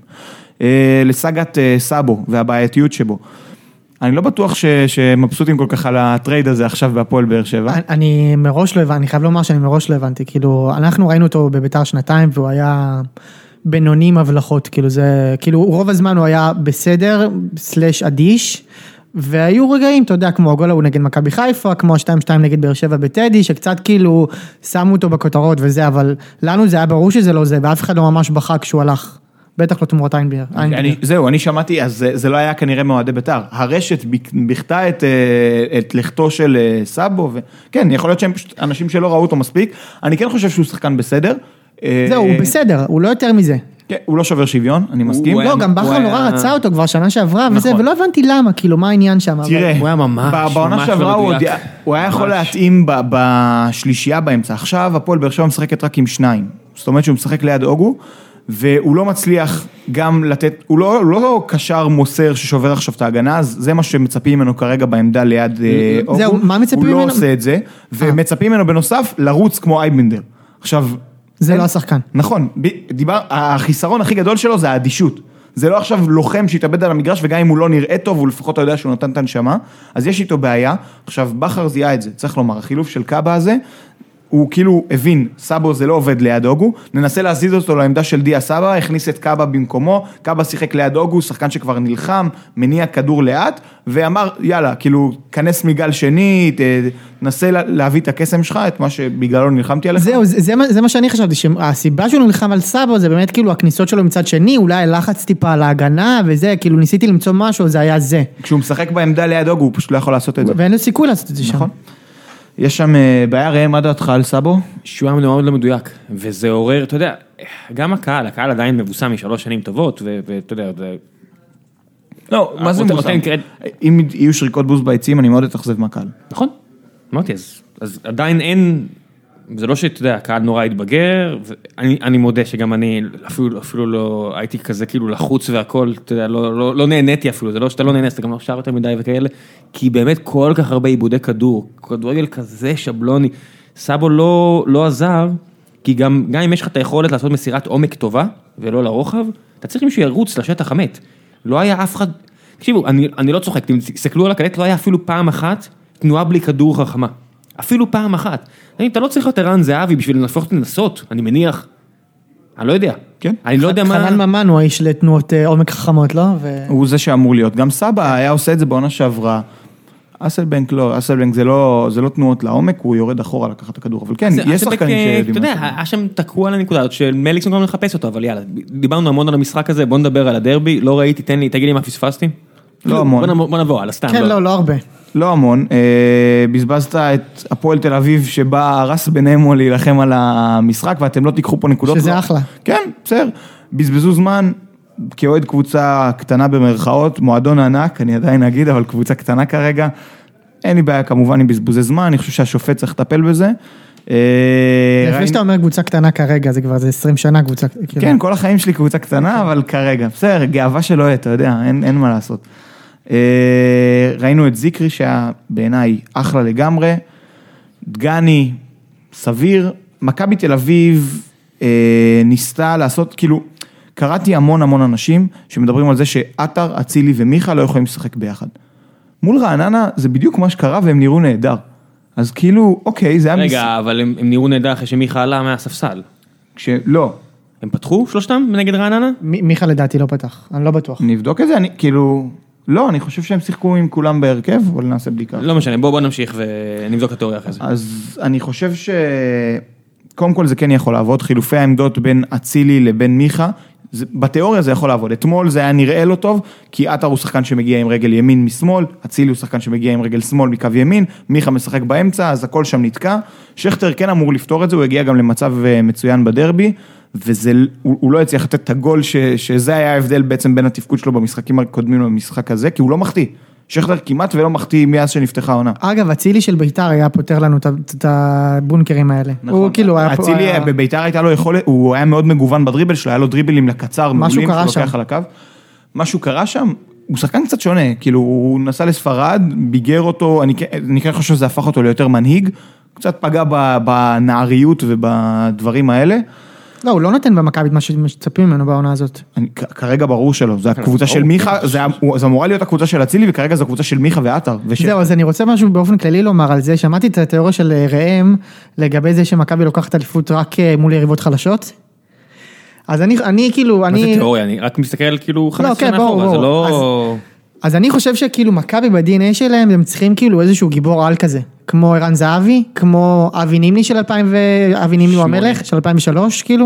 לסגת סאבו והבעייתיות שבו, אני לא בטוח שמבסוטים כל כך על הטרייד הזה עכשיו בהפועל באר שבע. אני מראש לא הבנתי, אני חייב לומר שאני מראש לא הבנתי, כאילו, אנחנו ראינו אותו בביתר 2 והוא היה בינוני מבלחות, כאילו זה, כאילו רוב הזמן הוא היה בסדר, סלש אדיש, והיו רגעים, אתה יודע, כמו הגול הוא נגד מכבי חיפה, כמו 2-2 נגד באר שבע בטדי, שקצת כאילו שמו אותו בכותרות וזה, אבל לנו זה היה ברור שזה לא זה, ואף אחד לא ממש בכה כשהוא הלך. בטח לא תמורת איינביר. זהו, אני שמעתי, אז זה לא היה כנראה מאוהדי ביתר. הרשת בכתה את לכתו של סאבו, וכן, יכול להיות שהם אנשים שלא ראו אותו מספיק. אני כן חושב שהוא שחקן בסדר. זהו, הוא בסדר, הוא לא יותר מזה. כן, הוא לא שובר שוויון, אני מסכים. לא, גם בכר נורא רצה אותו כבר שנה שעברה וזה, ולא הבנתי למה, כאילו, מה העניין שם. תראה, הוא היה ממש בעונה שעברה הוא היה יכול להתאים בשלישייה באמצע. עכשיו הפועל באר שבע משחקת רק עם 2. זאת אומרת שהוא משחק ליד אוגו, והוא לא מצליח גם לתת, הוא לא קשר מוסר ששובר עכשיו את ההגנה, אז זה מה שמצפים ממנו כרגע בעמדה ליד אוגו. זהו, מה מצפים ממנו? הוא לא עושה את זה, ומצפים ממנו בנוסף לרוץ כמו אייבנדר. עכשיו... זה לא השחקן. נכון, החיסרון הכי גדול שלו זה האדישות. זה לא עכשיו לוחם שהתאבד על המגרש, וגם אם הוא לא נראה טוב, הוא לפחות יודע שהוא נותן את הנשמה, אז יש איתו בעיה. עכשיו, בכר זיהה את זה, צריך לומר, החילוף של קאבה הזה, הוא כאילו הבין, סאבו זה לא עובד ליד אוגו, ננסה להזיז אותו לעמדה של דיה סבא, הכניס את קאבה במקומו, קאבה שיחק ליד אוגו, שחקן שכבר נלחם, מניע כדור לאט, ואמר, יאללה, כאילו, כנס מגל שני, תנסה להביא את הקסם שלך, את מה שבגללו נלחמתי עליך. זהו, זה מה שאני חשבתי, שהסיבה שהוא נלחם על סאבו, זה באמת כאילו הכניסות שלו מצד שני, אולי לחץ טיפה על ההגנה, וזה, כאילו ניסיתי למצוא משהו, זה היה זה. כשהוא משחק בעמדה ליד אוגו, הוא פשוט לא יכול לעשות את זה. ואין לו סיכוי לעשות את זה שם. נכון. יש שם בעיה, ראה מה דעתך על סאבו? שהוא היה מאוד לא מדויק, וזה עורר, אתה יודע, גם הקהל עדיין מבוסם מ3 שנים טובות, ואתה יודע, לא, מה זה מבוסם? אם יהיו שריקות בוז ביציעים, אני מאוד אתאכזב מהקהל. נכון, אמרתי, אז עדיין אין, זה לא שאתה יודע, הקהל נורא התבגר, אני מודה שגם אני אפילו לא הייתי כזה כאילו לחוץ והכל, אתה יודע, לא נהניתי אפילו, זה לא שאתה לא נהנס, אתה גם לא שר יותר מדי וכאלה, כי באמת כל כך הרבה עיבודי כדורגל כזה שבלוני, סבו לא עזר, כי גם אם יש לך את היכולת לעשות מסירת עומק טובה, ולא לרוחב, אתה צריך מישהו ירוץ לשטח המת. לא היה אף אחד, תקשיבו, אני לא צוחק, תסתכלו על הקלט, לא היה אפילו פעם אחת תנועה בלי כדור חכמה. אפילו פעם אחת. אתה לא צריך להיות ערן זהבי בשביל לנסות, אני מניח. אני לא יודע. כן. אני לא יודע מה... חנן ממן הוא האיש לתנועות עומק חכמות, לא? הוא זה שאמור להיות. גם סבא היה עושה את זה בעונה שעברה. אסלבנק לא, אסלבנק זה לא תנועות לעומק, הוא יורד אחורה לקחת את הכדור. אבל כן, יש שחקנים שיודעים. אתה יודע, היה שם תקוע על הנקודה הזאת, של מליקסון גם לחפש אותו, אבל יאללה, דיברנו המון על המשחק הזה, בוא נדבר על הדרבי, לא ראיתי, תגיד לי מה פספסתי. לא המון. בוא נבוא, על הסתם. כן, לא הרבה. לא המון, בזבזת את הפועל תל אביב שבא הרס ביניהם להילחם על המשחק, ואתם לא תיקחו פה נקודות. שזה אחלה. כן, בסדר. בזבזו זמן, כאוהד קבוצה קטנה במרכאות, מועדון ענק, אני עדיין אגיד, אבל קבוצה קטנה כרגע, אין לי בעיה כמובן עם בזבוזי זמן, אני חושב שהשופט צריך לטפל בזה. לפני שאתה אומר קבוצה קטנה כרגע, זה כבר 20 שנה קבוצה. כן, כל החיים שלי קבוצה קטנה, אבל כרגע, בסדר, גאווה שלא, אתה יודע, אין מה לעשות. ראינו את זיקרי שהיה בעיניי אחלה לגמרי, דגני, סביר, מכבי תל אביב ניסתה לעשות, כאילו, קראתי המון אנשים שמדברים על זה שאתר, אצילי ומיכה לא יכולים לשחק ביחד. מול רעננה זה בדיוק מה שקרה והם נראו נהדר. אז כאילו, אוקיי, זה היה... רגע, אבל הם נראו נהדר אחרי שמיכה עלה מהספסל. לא. הם פתחו שלושתם נגד רעננה? מיכה לדעתי לא פתח, אני לא בטוח. נבדוק את זה, אני כאילו... לא, אני חושב שהם שיחקו עם כולם בהרכב, אבל נעשה בדיקה. לא משנה, בוא נמשיך ונבדוק את התיאוריה אחרי זה. אז אני חושב קודם כל זה כן יכול לעבוד, חילופי העמדות בין אצילי לבין מיכה, בתיאוריה זה יכול לעבוד. אתמול זה היה נראה לא טוב, כי עטר הוא שחקן שמגיע עם רגל ימין משמאל, אצילי הוא שחקן שמגיע עם רגל שמאל מקו ימין, מיכה משחק באמצע, אז הכל שם נתקע. שכטר כן אמור לפתור את זה, הוא הגיע גם למצב מצוין בדרבי, הוא לא יצליח לתת את הגול, שזה היה ההבדל בעצם בין התפקוד שלו במשחקים הקודמים למשחק הזה, כי הוא לא מחטיא. שכטר כמעט ולא מחטיא מאז שנפתחה העונה. אגב, אצילי של ביתר היה פותר לנו את הבונקרים האלה. נכון. אצילי בביתר הייתה לו יכולת, הוא היה מאוד מגוון בדריבל שלו, היה לו דריבלים לקצר, משהו קרה שם. על הקו. משהו קרה שם, הוא שחקן קצת שונה, כאילו הוא נסע לספרד, ביגר אותו, אני כן חושב שזה הפך אותו ליותר מנהיג, קצת פגע בנעריות ובדברים האלה. לא, הוא לא נותן במכבי את מה שמצפים ממנו בעונה הזאת. כרגע ברור שלו, זה הקבוצה של מיכה, זה אמורה להיות הקבוצה של אצילי, וכרגע זו הקבוצה של מיכה ועטר. זהו, אז אני רוצה משהו באופן כללי לומר על זה, שמעתי את התיאוריה של ראם, לגבי זה שמכבי לוקחת אליפות רק מול יריבות חלשות. אז אני כאילו, מה זה תיאוריה? אני רק מסתכל כאילו 15 שנה אחורה, זה לא... אז אני חושב שכאילו מכבי ב-DNA שלהם, הם צריכים כאילו איזשהו גיבור על כזה, כמו ערן זהבי, כמו אבי נימני של 2000 ואבי נימני הוא המלך של 2003 כאילו.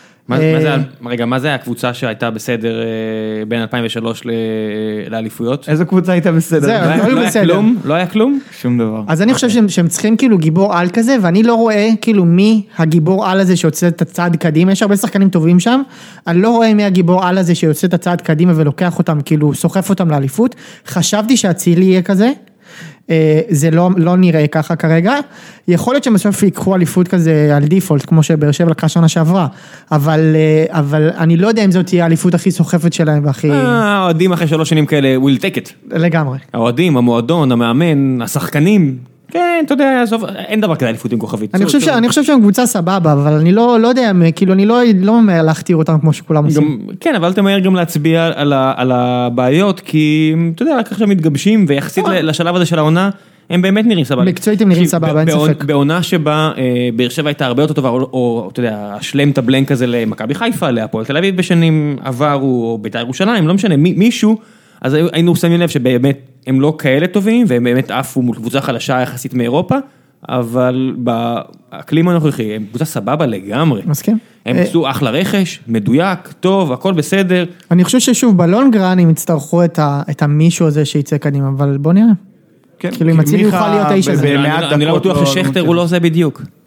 רגע, מה זה הקבוצה שהייתה בסדר בין 2003 לאליפויות? איזה קבוצה הייתה בסדר? לא היה כלום? שום דבר. אז אני חושב שהם צריכים כאילו גיבור על כזה, ואני לא רואה כאילו מי הגיבור על הזה שיוצא את הצעד קדימה, יש הרבה שחקנים טובים שם, אני לא רואה מי הגיבור על הזה שיוצא את הצעד קדימה ולוקח אותם, כאילו סוחף אותם לאליפות, חשבתי שהצילי יהיה כזה, זה לא נראה ככה כרגע, יכול להיות שבסוף ייקחו אליפות כזה על דיפולט, כמו שבאר שבע לקחה שנה שעברה, אבל אני לא יודע אם זאת תהיה האליפות הכי סוחפת שלהם, והכי... האוהדים אחרי 3 שנים כאלה, will take it. לגמרי. האוהדים, המועדון, המאמן, השחקנים, כן, אתה יודע, אין דבר כזה אליפות עם כוכבית. אני חושב שהם קבוצה סבבה, אבל אני לא יודע, כאילו אני לא ממהר להכתיר אותם כמו שכולם עושים. כן, אבל אתה מהר גם להצביע על הבעיות, כי אתה יודע, רק עכשיו מתגבשים, ויחסית לשלב הזה של העונה, הם באמת נראים סבבה. מקצועית הם נראים סבבה, אין ספק. בעונה שבה באר שבע הייתה הרבה יותר טובה, או אתה יודע, השלם את הבלנק הזה למכבי חיפה, להפועל תל אביב בשנים עברו, או בית"ר ירושלים, לא משנה, מישהו, אז היינו שמים לב שבאמת הם לא כאלה טובים, והם באמת עפו מול קבוצה חלשה יחסית מאירופה, אבל באקלים הנוכחי, הם קבוצה סבבה לגמרי. מסכים. הם עשו אחלה רכש, מדויק, טוב, הכל בסדר. אני חושב ששוב, בלונגרן הם יצטרכו את המישהו הזה שיצא קדימה, אבל בוא נראה. כאילו אם אצילי יוכל להיות האיש הזה. אני לא בטוח ששכטר הוא לא זה בדיוק.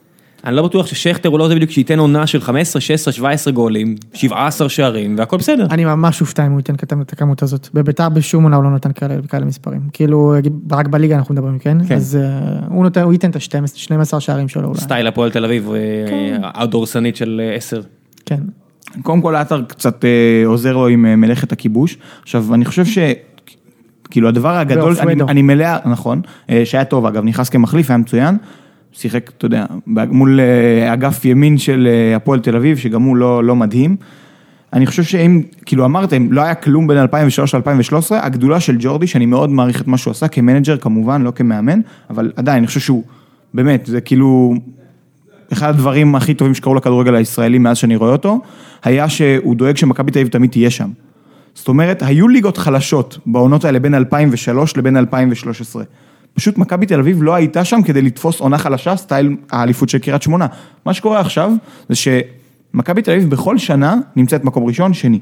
אני לא בטוח ששכטר הוא לא זה בדיוק שייתן עונה של 15, 16, 17 גולים, 17 שערים, והכל בסדר. אני ממש אופתע אם הוא ייתן את הכמות הזאת. בביתר בשום עונה הוא לא נותן כאלה מספרים. כאילו, רק בליגה אנחנו מדברים, כן? אז הוא ייתן את ה-12 שערים שלו אולי. סטייל הפועל תל אביב, הדורסנית של 10. כן. קודם כל, האתר קצת עוזר לו עם מלאכת הכיבוש. עכשיו, אני חושב כאילו הדבר הגדול, אני מלא, נכון, שהיה טוב אגב, נכנס כמחליף, היה מצוין, שיחק, אתה יודע, מול אגף ימין של הפועל תל אביב, שגם הוא לא מדהים. אני חושב שאם, כאילו אמרתם, לא היה כלום בין 2003 ל-2013, הגדולה של ג'ורדי, שאני מאוד מעריך את מה שהוא עשה, כמנג'ר כמובן, לא כמאמן, אבל עדיין, אני חושב שהוא, באמת, זה כאילו, אחד הדברים הכי טובים שקראו לכדורגל הישראלי מאז שאני רואה אותו, היה שהוא דואג שמכבי תל אביב תמיד תהיה שם. זאת אומרת, היו ליגות חלשות בעונות האלה בין 2003 לבין 2013. פשוט מכבי תל אביב לא הייתה שם כדי לתפוס עונה חלשה, סטייל האליפות של קריית שמונה. מה שקורה עכשיו זה שמכבי תל אביב בכל שנה נמצאת מקום ראשון, שני.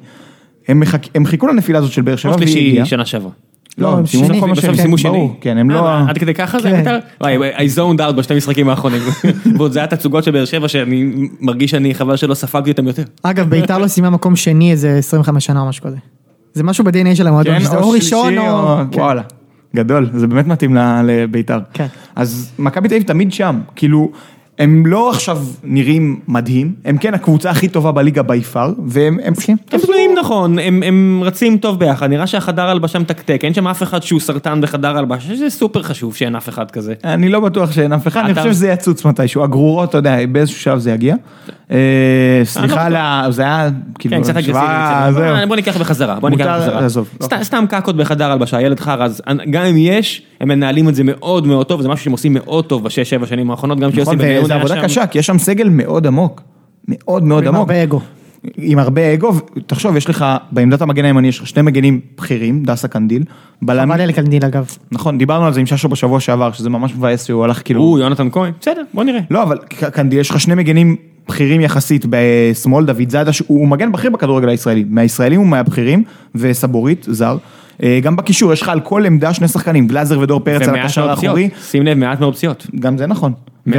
הם חיכו לנפילה הזאת של באר שבע והיא הגיעה. שנה שעברה. לא, הם סיימו שני. כן, הם לא... עד כדי ככה זה הייתה? I zoned out בשתי משחקים האחרונים. ועוד זה היה תצוגות של באר שבע שאני מרגיש שאני חבל שלא ספגתי אותם יותר. אגב, ביתר לא סיימה מקום שני איזה 25 שנה או משהו כזה. זה משהו ב-DNA של המועדון, שזה או ראשון או... וואלה, גדול, זה באמת מתאים לביתר. אז מכבי תל אביב תמיד שם, כאילו, הם לא עכשיו נראים מדהים, הם כן הקבוצה הכי טובה בליגה ביפר, והם פשוטים נכון, הם רצים טוב ביחד, נראה שהחדר הלבשה מתקתק, אין שם אף אחד שהוא סרטן בחדר הלבשה, שזה סופר חשוב שאין אף אחד כזה. אני לא בטוח שאין אף אחד, אני חושב שזה יצוץ מתישהו, הגרורות, אתה יודע, באיזשהו שלב זה יגיע. סליחה, זה היה כאילו... קצת אגרסיבי, בוא ניקח בחזרה, סתם קקות בחדר הלבשה, הילד חרז, גם אם יש, הם מנהלים את זה מאוד מאוד טוב, זה משהו שהם עושים מאוד טוב ב6-7 שנים האחרונות, גם שיוסי בניון זה עבודה קשה, כי יש שם סגל מאוד עמוק, מאוד מאוד עמוק. עם הרבה אגו. עם הרבה אגו, תחשוב, יש לך, בעמדת המגן הימני, יש לך שני מגנים בכירים, דסה קנדיל. חבל על קנדיל אגב. נכון, דיברנו על זה עם ששו בשבוע שעבר, שזה ממש מבאס שהוא הלך כאילו... יונתן כהן, בסדר, בוא נראה. לא, אבל קנדיל, יש לך שני מגנים בכירים יחסית בשמאל, דוד זאדה, הוא מגן בכיר בכדורגל הישראלי. מהישראלים הוא מהבכירים, וסבורית, זר. גם בקישור, יש לך על כל עמדה שני שחקנים, גלאזר ודור פרץ על הקשר האחורי. שים לב, מעט מאופציות. גם זה נכון.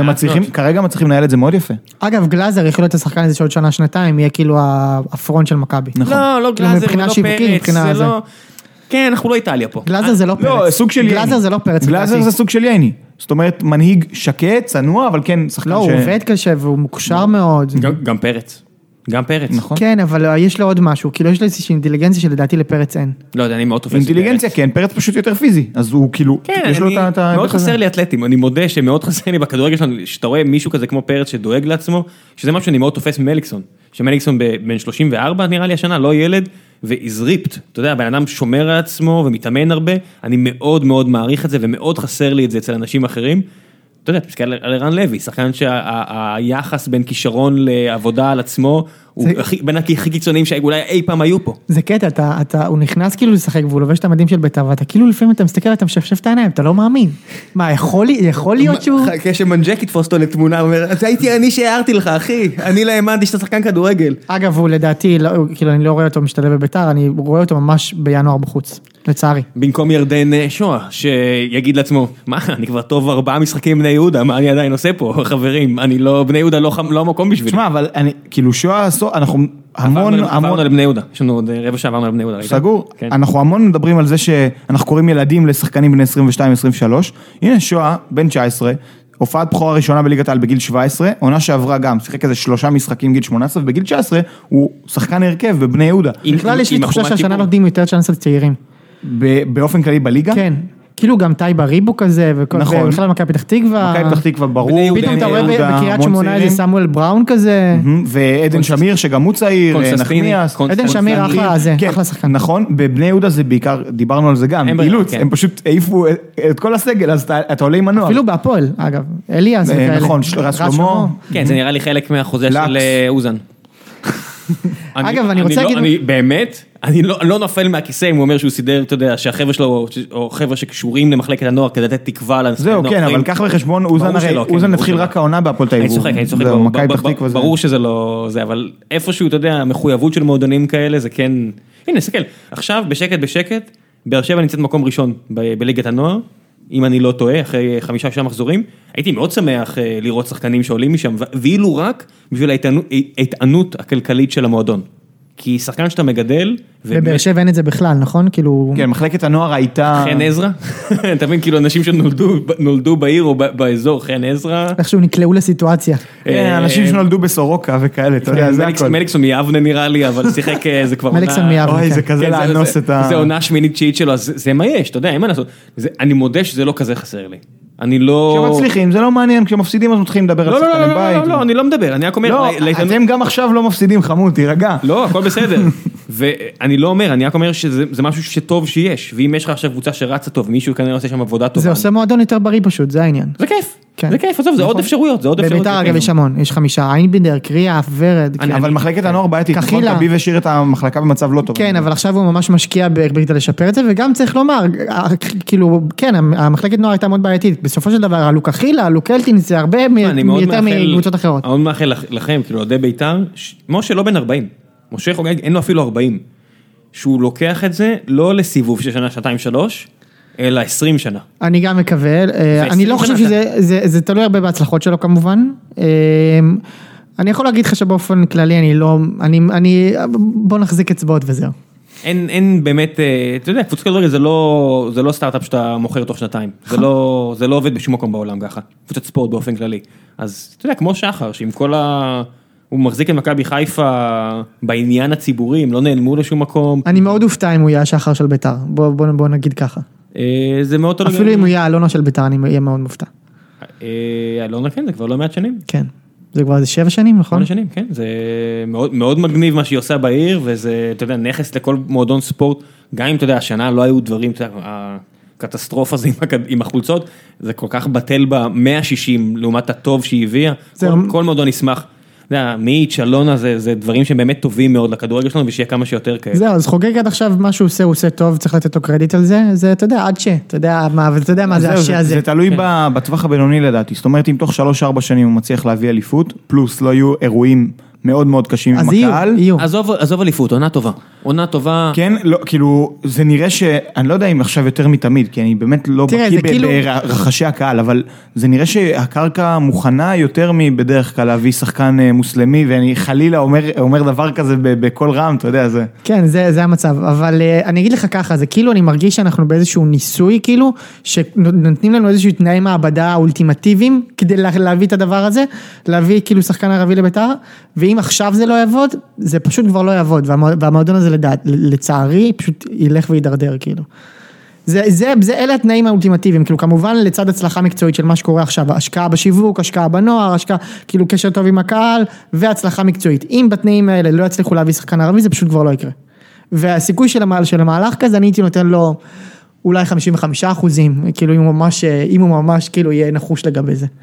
כרגע מצליחים לנהל את זה מאוד יפה. אגב, גלאזר יכול להיות השחקן הזה שעוד שנה, שנתיים, יהיה כאילו הפרונט של מכבי. לא גלאזר ולא פרץ, זה לא... כן, אנחנו לא איטליה פה. גלאזר זה לא פרץ. לא, סוג של ייני. גלאזר זה לא פרץ. גלאזר זה סוג של ייני. זאת אומרת, מנהיג שקט, צנוע, אבל כן שחקן לא, הוא עובד קשה והוא מוקשר מאוד. גם פרץ. גם פרץ. נכון. כן, אבל יש לו עוד משהו, כאילו יש לו איזושהי אינטליגנציה שלדעתי לפרץ אין. לא יודע, אני מאוד תופס. אינטליגנציה, כן, פרץ פשוט יותר פיזי, אז הוא כאילו, יש לו את מאוד חסר לי אתלטים, אני מודה שמאוד חסר לי בכדורגל שלנו, שאתה רואה מישהו כזה כמו פרץ שדואג לעצמו, שזה משהו שאני מאוד תופס ממליקסון, שמליקסון בן 34 נראה לי השנה, לא ילד, ואיזריפט, אתה יודע, בן אדם שומר על עצמו ומתאמן הרבה, אני מאוד מאוד מעריך את זה, ומאוד חסר לי את זה אצל אנשים אחרים, אתה יודע, תסתכל על ערן לוי, שחקן שהיחס בין כישרון לעבודה על עצמו, הוא בין הכי קיצוניים שאולי אי פעם היו פה. זה קטע, הוא נכנס כאילו לשחק, והוא לובש את המדים של בית"ר, ואתה כאילו לפעמים אתה מסתכל, אתה משפשף את העיניים, אתה לא מאמין. מה, יכול להיות שהוא... כשמנג'ק יתפוס אותו לתמונה, הוא אומר, זה הייתי אני שהערתי לך, אחי, אני לא האמנתי שאתה שחקן כדורגל. אגב, הוא לדעתי, כאילו אני לא רואה אותו משתלב בבית"ר, אני רואה אותו ממש בינואר בחוץ, לצערי. במקום ירדן שואה, שיגיד לעצמו, מה, אני כבר טוב 4 משחקים בני יהודה, מה אני עדיין עושה פה, חברים, אני לא, בני יהודה לא מקום בשבילי. תשמע, אבל אני, כאילו שואה, אנחנו עברנו לבני יהודה, יש לנו עוד רבע שעה עברנו לבני יהודה. סגור, אנחנו המון מדברים על זה שאנחנו קוראים ילדים לשחקנים בני 22-23, הנה שואה, בן 19, הופעת בחורה ראשונה בליגת העל בגיל 17, עונה שעברה גם, שיחק איזה 3 משחקים גיל 18, ובגיל 19 הוא שחקן הרכב בבני יהודה. בכלל יש לי תחושה שהשנה נותנים יותר צ'אנס לצעירים. באופן כללי בליגה? כן. כאילו גם טייבה ריבו כזה, ובכלל מכבי פתח תקווה. מכבי פתח תקווה ברור. פתאום אתה רואה בקריית שמונה איזה סמואל בראון כזה. ועדן שמיר שגם הוא צעיר, נחמיאס. עדן שמיר אחלה שחקן. נכון, בבני יהודה זה בעיקר, דיברנו על זה גם, אילוץ, הם פשוט העיפו את כל הסגל, אז אתה עולה עם מנוע. אפילו בהפועל, אגב, אליאס וכאלה. נכון, רז שלמה. כן, זה נראה לי חלק מהחוזה של אוזן. אגב, אני רוצה להגיד... באמת, אני לא נופל מהכיסא אם הוא אומר שהוא סידר, אתה יודע, שהחבר'ה שלו, או חבר'ה שקשורים למחלקת הנוער, כדי לתת תקווה לנשחקים. זהו, כן, אבל כך בחשבון, אוזן התחיל רק העונה בהפועל תל אביב. אני צוחק, ברור שזה לא זה, אבל איפשהו, אתה יודע, המחויבות של מועדונים כאלה, זה כן... הנה, סתכל, עכשיו, בשקט, באר שבע נמצאת מקום ראשון בליגת הנוער, אם אני לא טועה, אחרי 5-6 מחזורים, הייתי מאוד שמח לראות שחקנים שעולים משם, ואילו רק בשביל ההתענות הכלכלית של המועדון. כי שחקן שאתה מגדל... בבאר שבע אין את זה בכלל, נכון? כאילו... כן, מחלקת הנוער הייתה... חן עזרא? אתה מבין, כאילו אנשים שנולדו בעיר או באזור, חן עזרא... איכשהו נקלעו לסיטואציה. כן, אנשים שנולדו בסורוקה וכאלה, אתה יודע, זה הכל. מליקסון מיבנה נראה לי, אבל שיחק זה כבר... מליקסון מיבנה, אוי, זה כזה לאנוס את ה... זה עונה שמינית תשיעית שלו, אז זה מה יש, אתה יודע, אין מה לעשות. אני מודה שזה לא כזה חסר לי. אני לא... כשמצליחים, זה לא מעניין, כשמפסידים אז מתחילים לדבר על שחקני בית. לא, אני לא מדבר, אני רק אומר... לא, אתם גם עכשיו לא מפסידים, חמוד, תירגע. לא, הכל בסדר. ואני לא אומר, אני רק אומר שזה משהו שטוב שיש, ואם יש לך עכשיו קבוצה שרצה טוב, מישהו כנראה עושה שם עבודה טובה. זה עושה מועדון יותר בריא פשוט, זה העניין. זה כיף, זה כיף, עזוב, זה עוד אפשרויות, בביתר אגב יש המון, יש 5, איינבינדר, קריאה, ורד. אבל מחלקת הנוער בעייתית, נכון, אביב השאיר את המחלקה במצב לא טוב. כן, אבל עכשיו הוא ממש משקיע בכדי לשפר את זה, וגם צריך לומר, כאילו, כן, המחלקת נוער הייתה מאוד בעייתית, בסופו של דבר, הלוקה חילה, הלוקלטין, זה הרבה יותר מקבוצות אחרות. אני מאוד מאחל לכם, כאילו, עודי ביתר, משה לא בן 40, משה חוגג, אין לו אפילו 40, שהוא לוקח את זה, לא לסיבוב של שנה, 2-3, אלא 20 שנה. אני גם מקווה, אני לא חושב שזה תלוי הרבה בהצלחות שלו כמובן, אני יכול להגיד לך שבאופן כללי אני לא, בוא נחזיק אצבעות וזהו. אין באמת, אתה יודע, קבוצת כדורגל זה לא סטארט-אפ שאתה מוכר תוך שנתיים, זה לא עובד בשום מקום בעולם ככה, קבוצת ספורט באופן כללי, אז אתה יודע, כמו שחר, שעם כל הוא מחזיק את מכבי חיפה בעניין הציבורי, הם לא נעלמו לשום מקום. אני מאוד אופתע אם הוא יהיה השחר של ביתר, בוא נגיד ככה. זה מאוד תלוי. אפילו אם הוא יהיה אלונה של ביתר, אני אהיה מאוד מופתע. אלונה כן, זה כבר לא מעט שנים. כן, זה כבר 7 שנים, נכון? 8 שנים, כן, זה מאוד מגניב מה שהיא עושה בעיר, וזה, אתה יודע, נכס לכל מועדון ספורט, גם אם, אתה יודע, השנה לא היו דברים, אתה יודע, הקטסטרופה הזה עם החולצות, זה כל כך בטל ב-160, לעומת הטוב שהיא הביאה, כל מועדון ישמח. מיץ', אלונה, זה דברים שהם באמת טובים מאוד לכדורגל שלנו, ושיהיה כמה שיותר כאלה. זהו, אז חוגג עד עכשיו מה שהוא עושה, הוא עושה טוב, צריך לתת לו קרדיט על זה, זה, אתה יודע, עד אתה יודע מה זה השע הזה. זה תלוי בטווח הבינוני לדעתי, זאת אומרת, אם תוך 3-4 שנים הוא מצליח להביא אליפות, פלוס לא יהיו אירועים מאוד מאוד קשים עם הקהל. עזוב אליפות, עונה טובה. כן, לא, כאילו, זה נראה שאני לא יודע אם עכשיו יותר מתמיד, כי אני באמת לא בקיא ברחשי הקהל, אבל זה נראה שהקרקע מוכנה יותר מבדרך כלל להביא שחקן מוסלמי, ואני חלילה אומר דבר כזה בכל רם, אתה יודע, זה. כן, זה המצב, אבל אני אגיד לך ככה, זה כאילו אני מרגיש שאנחנו באיזשהו ניסוי, כאילו, שנותנים לנו איזשהו תנאי מעבדה אולטימטיביים, כדי להביא את הדבר הזה, להביא כאילו שחקן ערבי לביתר, ואם עכשיו זה לא יעבוד, זה פשוט כבר לא יעבוד, והמועדון הזה לצערי פשוט ילך וידרדר, כאילו. אלה התנאים האולטימטיביים, כאילו כמובן לצד הצלחה מקצועית של מה שקורה עכשיו, השקעה בשיווק, השקעה בנוער, השקעה, כאילו קשר טוב עם הקהל, והצלחה מקצועית. אם בתנאים האלה לא יצליחו להביא שחקן ערבי, זה פשוט כבר לא יקרה. והסיכוי של המהלך כזה, אני הייתי נותן לו אולי 55%, כאילו אם הוא ממש כאילו יהיה נחוש לגבי זה.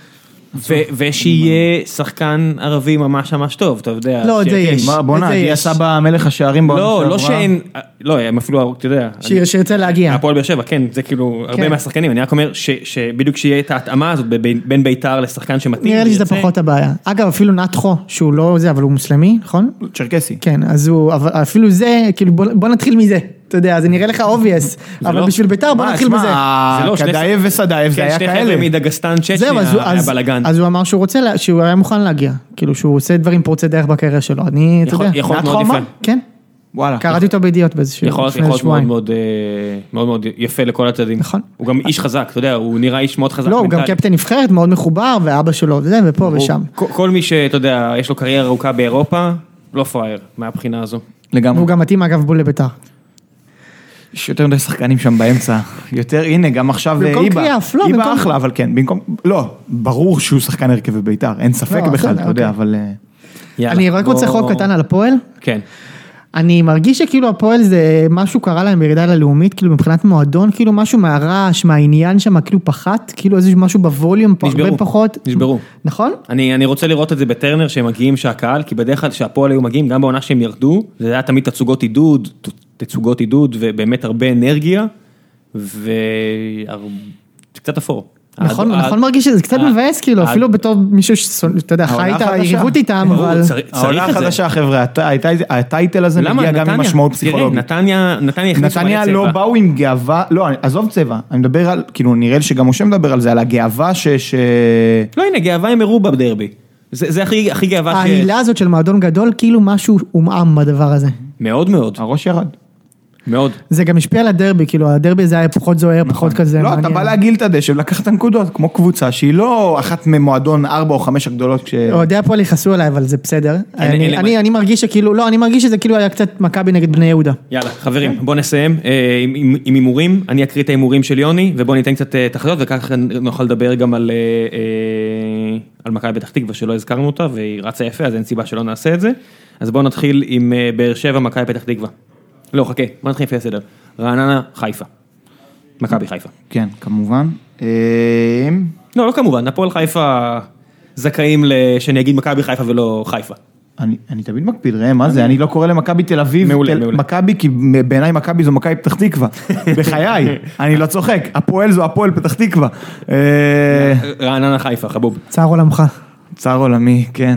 ושיהיה שחקן ערבי ממש ממש טוב, אתה יודע. לא, זה יש. בוא נגיד, עשה במלך השערים בעונה שעברה. לא שאין, לא, הם אפילו, אתה יודע. שירצה להגיע. הפועל באר שבע, כן, זה כאילו הרבה מהשחקנים, אני רק אומר שבדיוק שיהיה את ההתאמה הזאת בין ביתר לשחקן שמתאים. נראה לי שזה פחות הבעיה. אגב, אפילו נתחו, שהוא לא זה, אבל הוא מוסלמי, נכון? צ'רקסי. כן, אז הוא, אפילו זה, כאילו בוא נתחיל מזה. אתה יודע, זה נראה לך obvious, אבל בשביל ביתר בוא נתחיל מזה. קדאייב וסדאייב, זה היה כאלה. שני חבר'ה מדגסטן צ'צ'ניה, היה בלגן. אז הוא אמר שהוא רוצה, שהוא היה מוכן להגיע, כאילו שהוא עושה דברים פורצי דרך בקריירה שלו, אני, אתה יודע. יכול מאוד יפה. כן. וואלה. קראתי אותו בידיעות באיזשהו. יכול מאוד מאוד יפה לכל הצדדים. נכון. הוא גם איש חזק, אתה יודע, הוא נראה איש מאוד חזק. לא, הוא גם קפטן נבחרת, מאוד מחובר, ואבא שלו, וזה, ופה ושם. כל מי שאתה יודע, יש לו קריירה ארוכה באירופה, לא פראייר, מהבחינה הזו. לגמרי. והוא גם מתאים אגב בול לביתר. יש יותר מדי שחקנים שם באמצע, יותר, הנה, גם עכשיו איבא אחלה, אבל כן, במקום, לא, ברור שהוא שחקן הרכב בביתר, אין ספק בכלל, אתה יודע, אבל... אני רק רוצה חוק קטן על הפועל. כן. אני מרגיש שכאילו הפועל זה משהו קרה להם בירידה ללאומית, כאילו מבחינת מועדון, כאילו משהו מהרעש, מהעניין שם, כאילו פחת, כאילו איזה משהו בווליום, הרבה פחות. נשברו. נכון? אני רוצה לראות את זה בטרנר, שהם מגיעים שהקהל, כי בדרך כלל שהפועל היו מגיעים, גם בעונה שהם ירדו, זה היה תמיד תצוגות עידוד, ובאמת הרבה אנרגיה, וקצת אפור. נכון מרגיש שזה קצת מבאס, כאילו, אפילו בתור מישהו שאתה יודע, חי את היריבות איתם, אבל... העונה החדשה, חבר'ה, הטייטל הזה מגיע גם עם משמעות פסיכולוגית. נתניה לא באו עם גאווה, לא, עזוב צבע, אני מדבר על, כאילו, נראה לי שגם משה מדבר על זה, על הגאווה לא, הנה, גאווה הם הראו בדרבי. זה הכי גאווה העילה הזאת של מועדון גדול, כאילו משהו הומעם בדבר הזה. מאוד מאוד. הראש ירד. מאוד. זה גם השפיע על הדרבי, כאילו הדרבי הזה היה פחות זוהר, פחות כזה. לא, אתה בא להגיל את הדשא ולקחת את הנקודות, כמו קבוצה שהיא לא אחת ממועדון 4 או 5 הגדולות. אוהדי הפועל יכעסו עליי, אבל זה בסדר. אני מרגיש שכאילו, לא, אני מרגיש שזה כאילו היה קצת מכבי נגד בני יהודה. יאללה, חברים, בוא נסיים עם הימורים. אני אקריא את ההימורים של יוני, ובוא ניתן קצת תחזיות, וכך נוכל לדבר גם על מכבי פתח תקווה שלא הזכרנו אותה, והיא רצה יפה, אז אין סיבה שלא נעשה את זה. אז בוא נתחיל עם באר שבע, מכבי פתח תקווה. לא, חכה, בוא נתחיל לפי הסדר. רעננה, חיפה. מכבי חיפה. כן, כמובן. לא כמובן, הפועל חיפה זכאים שאני אגיד מכבי חיפה ולא חיפה. אני תמיד מקפיד, ראה, מה זה? אני לא קורא למכבי תל אביב, מכבי, כי בעיניי מכבי זו מכבי פתח תקווה. בחיי, אני לא צוחק. הפועל זו הפועל פתח תקווה. רעננה, חיפה, חבוב. צער עולמך. צער עולמי, כן.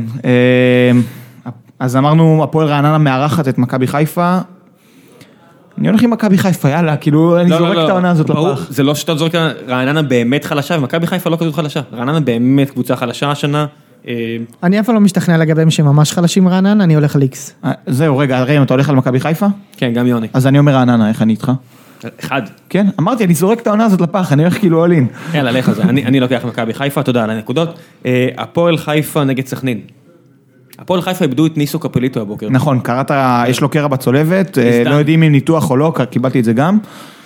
אז אמרנו, הפועל רעננה מארחת את מכבי חיפה. אני הולך עם מכבי חיפה, יאללה, כאילו אני זורק את העונה הזאת לפח. זה לא שאתה זורק, רעננה באמת חלשה, ומכבי חיפה לא כזאת חלשה. רעננה באמת קבוצה חלשה השנה. אני אף פעם לא משתכנע לגביהם שממש חלשים רעננה, אני הולך על איקס. זהו, רגע, ראם, אתה הולך על מכבי חיפה? כן, גם יוני. אז אני אומר רעננה, איך אני איתך? 1. כן, אמרתי, אני זורק את העונה הזאת לפח, אני הולך כאילו אולין. יאללה, לך על זה, אני לוקח מכבי חיפה, תודה על הנקודות. הפועל חיפה נגד סכנין. הפועל חיפה איבדו את ניסו קפליטו הבוקר. נכון, קראת, יש לו קרע בצולבת, לא יודעים אם ניתוח או לא, קיבלתי את זה גם.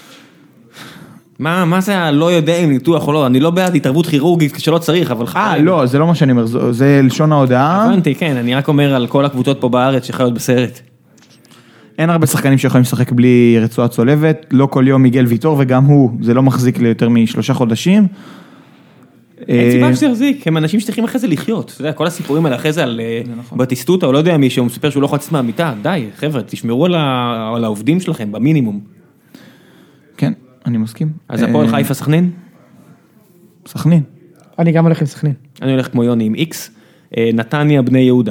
מה זה לא יודע אם ניתוח או לא? אני לא בעד התערבות כירורגית כשלא צריך, אבל לא, זה לא מה שאני אומר, זה לשון ההודעה. הבנתי, כן, אני רק אומר על כל הקבוצות פה בארץ שחיות בסרט. אין הרבה שחקנים שיכולים לשחק בלי רצועת צולבת, לא כל יום מיגל ויטור, וגם הוא, זה לא מחזיק ליותר מ3 חודשים. אין סיבה שזה יחזיק, הם אנשים שצריכים אחרי זה לחיות, אתה יודע, כל הסיפורים האלה אחרי זה על בטיסטוטה, או לא יודע מישהו, הוא מספר שהוא לא יכול לצאת מהמיטה, די, חבר'ה, תשמרו על העובדים שלכם, במינימום. כן, אני מסכים. אז הפועל חיפה סכנין? סכנין. אני גם הולך עם סכנין. אני הולך כמו יוני עם איקס, נתניה בני יהודה.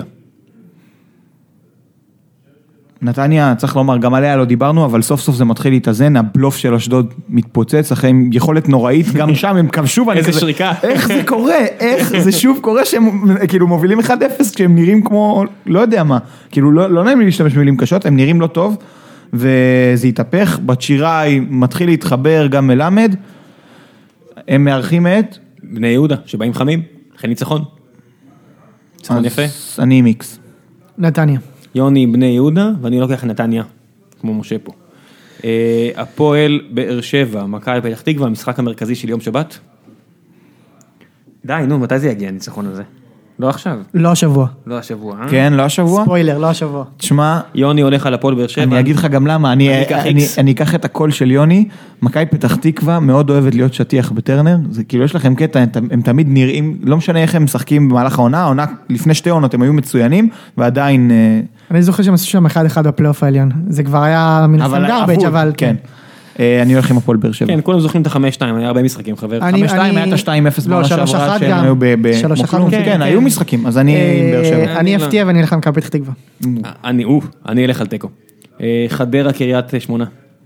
נתניה, צריך לומר, גם עליה לא דיברנו, אבל סוף סוף זה מתחיל להתאזן, הבלוף של אשדוד מתפוצץ, אחרי יכולת נוראית, גם שם הם כבשו, איזה שריקה. איך זה קורה? איך זה שוב קורה שהם כאילו מובילים 1-0, כשהם נראים כמו, לא יודע מה, כאילו לא נעים לי להשתמש במילים קשות, הם נראים לא טוב, וזה יתהפך, בשירה מתחיל להתחבר גם מלמד, הם מארחים את בני יהודה, שבאים חמים, אחרי ניצחון. ניצחון יפה. אני עם איקס. נתניה. יוני בני יהודה, ואני לוקח נתניה, כמו משה פה. הפועל באר שבע, מכבי פתח תקווה, המשחק המרכזי של יום שבת. די, נו, מתי זה יגיע הניצחון הזה? לא עכשיו. לא השבוע. לא השבוע, כן, לא השבוע? ספוילר, לא השבוע. תשמע, יוני הולך על הפועל באר שבע. אני אגיד לך גם למה, אני אקח את הקול של יוני, מכבי פתח תקווה מאוד אוהבת להיות שטיח בטרנר, זה כאילו יש לכם קטע, הם תמיד נראים, לא משנה איך הם משחקים במהלך העונה, לפני 2 עונות הם היו מצוינים, ועדיין... אני זוכר שהם עשו שם 1-1 בפלייאוף העליון, זה כבר היה מן הסתם גרבג' אבל כן. אני הולך עם הפועל באר שבע. כן, כולם זוכרים את ה-5-2, היה הרבה משחקים, חבר. 5-2 היה את ה-2-0 בעונה שעברה, שהם היו במוקלום. כן, היו משחקים, אז אני עם באר שבע. אני אפתיע ואני אלך למכבי פתח תקווה. אני אלך על תיקו. חדרה קריית שמונה.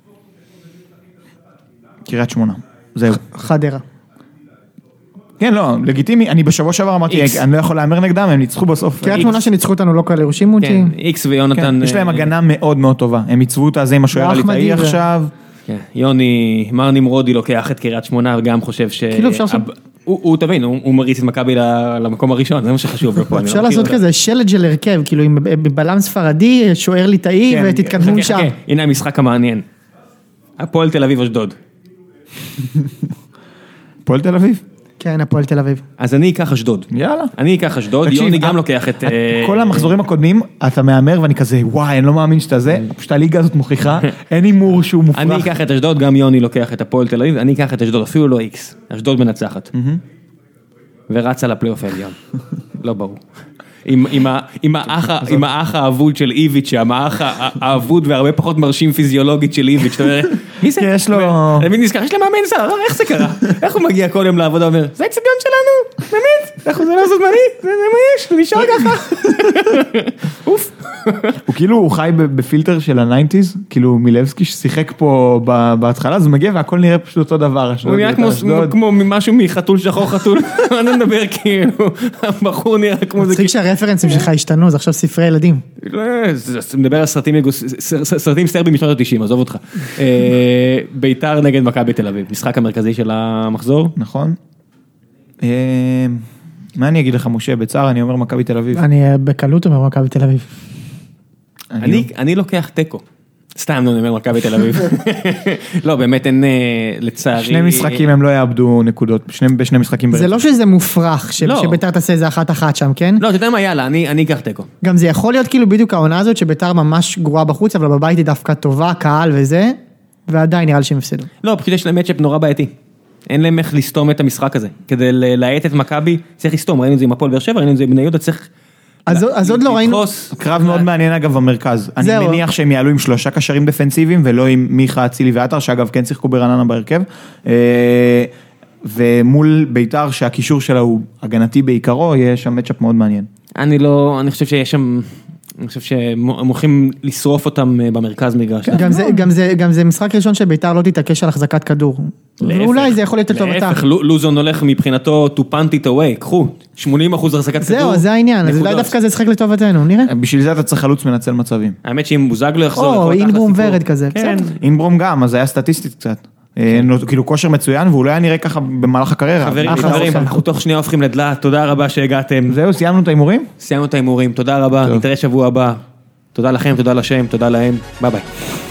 קריית שמונה, זהו. חדרה. כן, לא, לגיטימי, אני בשבוע שעבר אמרתי, אני לא יכול להאמר נגדם, הם ניצחו בסוף. קריית שמונה שניצחו אותנו לא כאלה, הרשימו אותי. כן, איקס ויונתן. יש להם הגנה מאוד מאוד טובה, הם ייצבו את הזה עם השוער הליטאי עכשיו. יוני, מר נמרודי לוקח את קריית שמונה, וגם חושב ש... כאילו אפשר לעשות... הוא תבין, הוא מריץ את מכבי למקום הראשון, זה מה שחשוב לו פה. אפשר לעשות כזה שלד של הרכב, כאילו עם בלם ספרדי, שוער ליטאי, ותתקדמו משם. הנה המשחק המעניין. הפועל תל אביב אשדוד. הפועל תל אביב? כן, הפועל תל אביב. אז אני אקח אשדוד. יאללה. אני אקח אשדוד, יוני גם לוקח את... כל המחזורים הקודמים, אתה מאמר ואני כזה, וואי, אני לא מאמין שאתה זה, פשוט הליגה הזאת מוכיחה, אין הימור שהוא מופרח. אני אקח את אשדוד, גם יוני לוקח את הפועל תל אביב, אני אקח את אשדוד, אפילו לא איקס. אשדוד מנצחת. ורץ על הפלייאוף העליון. לא ברור. עם האח האבוד של איביץ', עם האח האבוד והרבה פחות מרשים פיזיולוגית של איביץ', מי זה? יש לו... אני נזכר, יש למאמן זר, איך זה קרה? איך הוא מגיע כל יום לעבודה ואומר, זה האצטדיון שלנו, באמת? איך הוא זה לא זמני? זה מה יש, הוא נשאר ככה. אוף. הוא כאילו, הוא חי בפילטר של ה-90s, כאילו מילבסקי ששיחק פה בהתחלה, אז הוא מגיע והכל נראה פשוט אותו דבר. הוא נראה כמו משהו מחתול שחור חתול, אני מדבר כאילו, הבחור נראה כמו זה. מצחיק שהרפרנסים שלך השתנו, זה עכשיו ספרי ילדים. זה מדבר על סרטים סרבים משנות ה-90, עזוב אותך. ביתר נגד מכבי תל אביב, משחק המרכזי של המחזור. נכון. מה אני אגיד לך, משה, בצער אני אומר מכבי תל אביב. אני בקלות אומר מכבי תל אביב. אני לוקח טקו. סתם לא אומר מכבי תל אביב. לא, באמת אין לצערי. שני משחקים הם לא יאבדו נקודות, בשני משחקים ברצף. זה לא שזה מופרך, שביתר תעשה איזה 1-1 שם, כן? לא, אתה יודע מה, יאללה, אני אקח טקו. גם זה יכול להיות כאילו בדיוק העונה הזאת, שביתר ממש גרועה בחוץ, אבל בבית היא דווקא טובה, קהל וזה, ועדיין נראה לי שהם הפסידו. לא, פשוט יש להם מצ'אפ נורא בעייתי. אין להם איך לסתום את המשחק הזה. כדי להאט את מכבי, צריך לסתום. ראינו את זה עם הפועל באר שבע, ראינו את זה עם בני יהודה, צריך... אז עוד לא ראינו... קרב מאוד מעניין אגב במרכז. אני מניח שהם יעלו עם 3 קשרים דפנסיביים, ולא עם מיכה, אצילי ועטר, שאגב כן שיחקו ברעננה בהרכב. ומול ביתר שהקישור שלה הוא הגנתי בעיקרו, יש שם מצ'אפ מאוד מעניין. אני חושב שיש שם... אני חושב שהם הולכים לשרוף אותם במרכז מגרש. גם זה משחק ראשון שביתר לא תתעקש על החזקת כדור. אולי זה יכול להיות לטובתה. להפך, לוזון הולך מבחינתו to punt it away, קחו, 80% החזקת כדור. זהו, זה העניין, אז אולי דווקא זה שחק לטובתנו, נראה. בשביל זה אתה צריך חלוץ מנצל מצבים. האמת שאם בוזגלו יחזור... או, אינברום ורד כזה, בסדר. אינברום גם, אז זה היה סטטיסטית קצת. כאילו כושר מצוין, והוא לא היה נראה ככה במהלך הקריירה. חברים, אנחנו תוך שנייה הופכים לדלת, תודה רבה שהגעתם. זהו, סיימנו את ההימורים? סיימנו את ההימורים, תודה רבה, נתראה שבוע הבא. תודה לכם, תודה לשם, תודה להם, ביי ביי.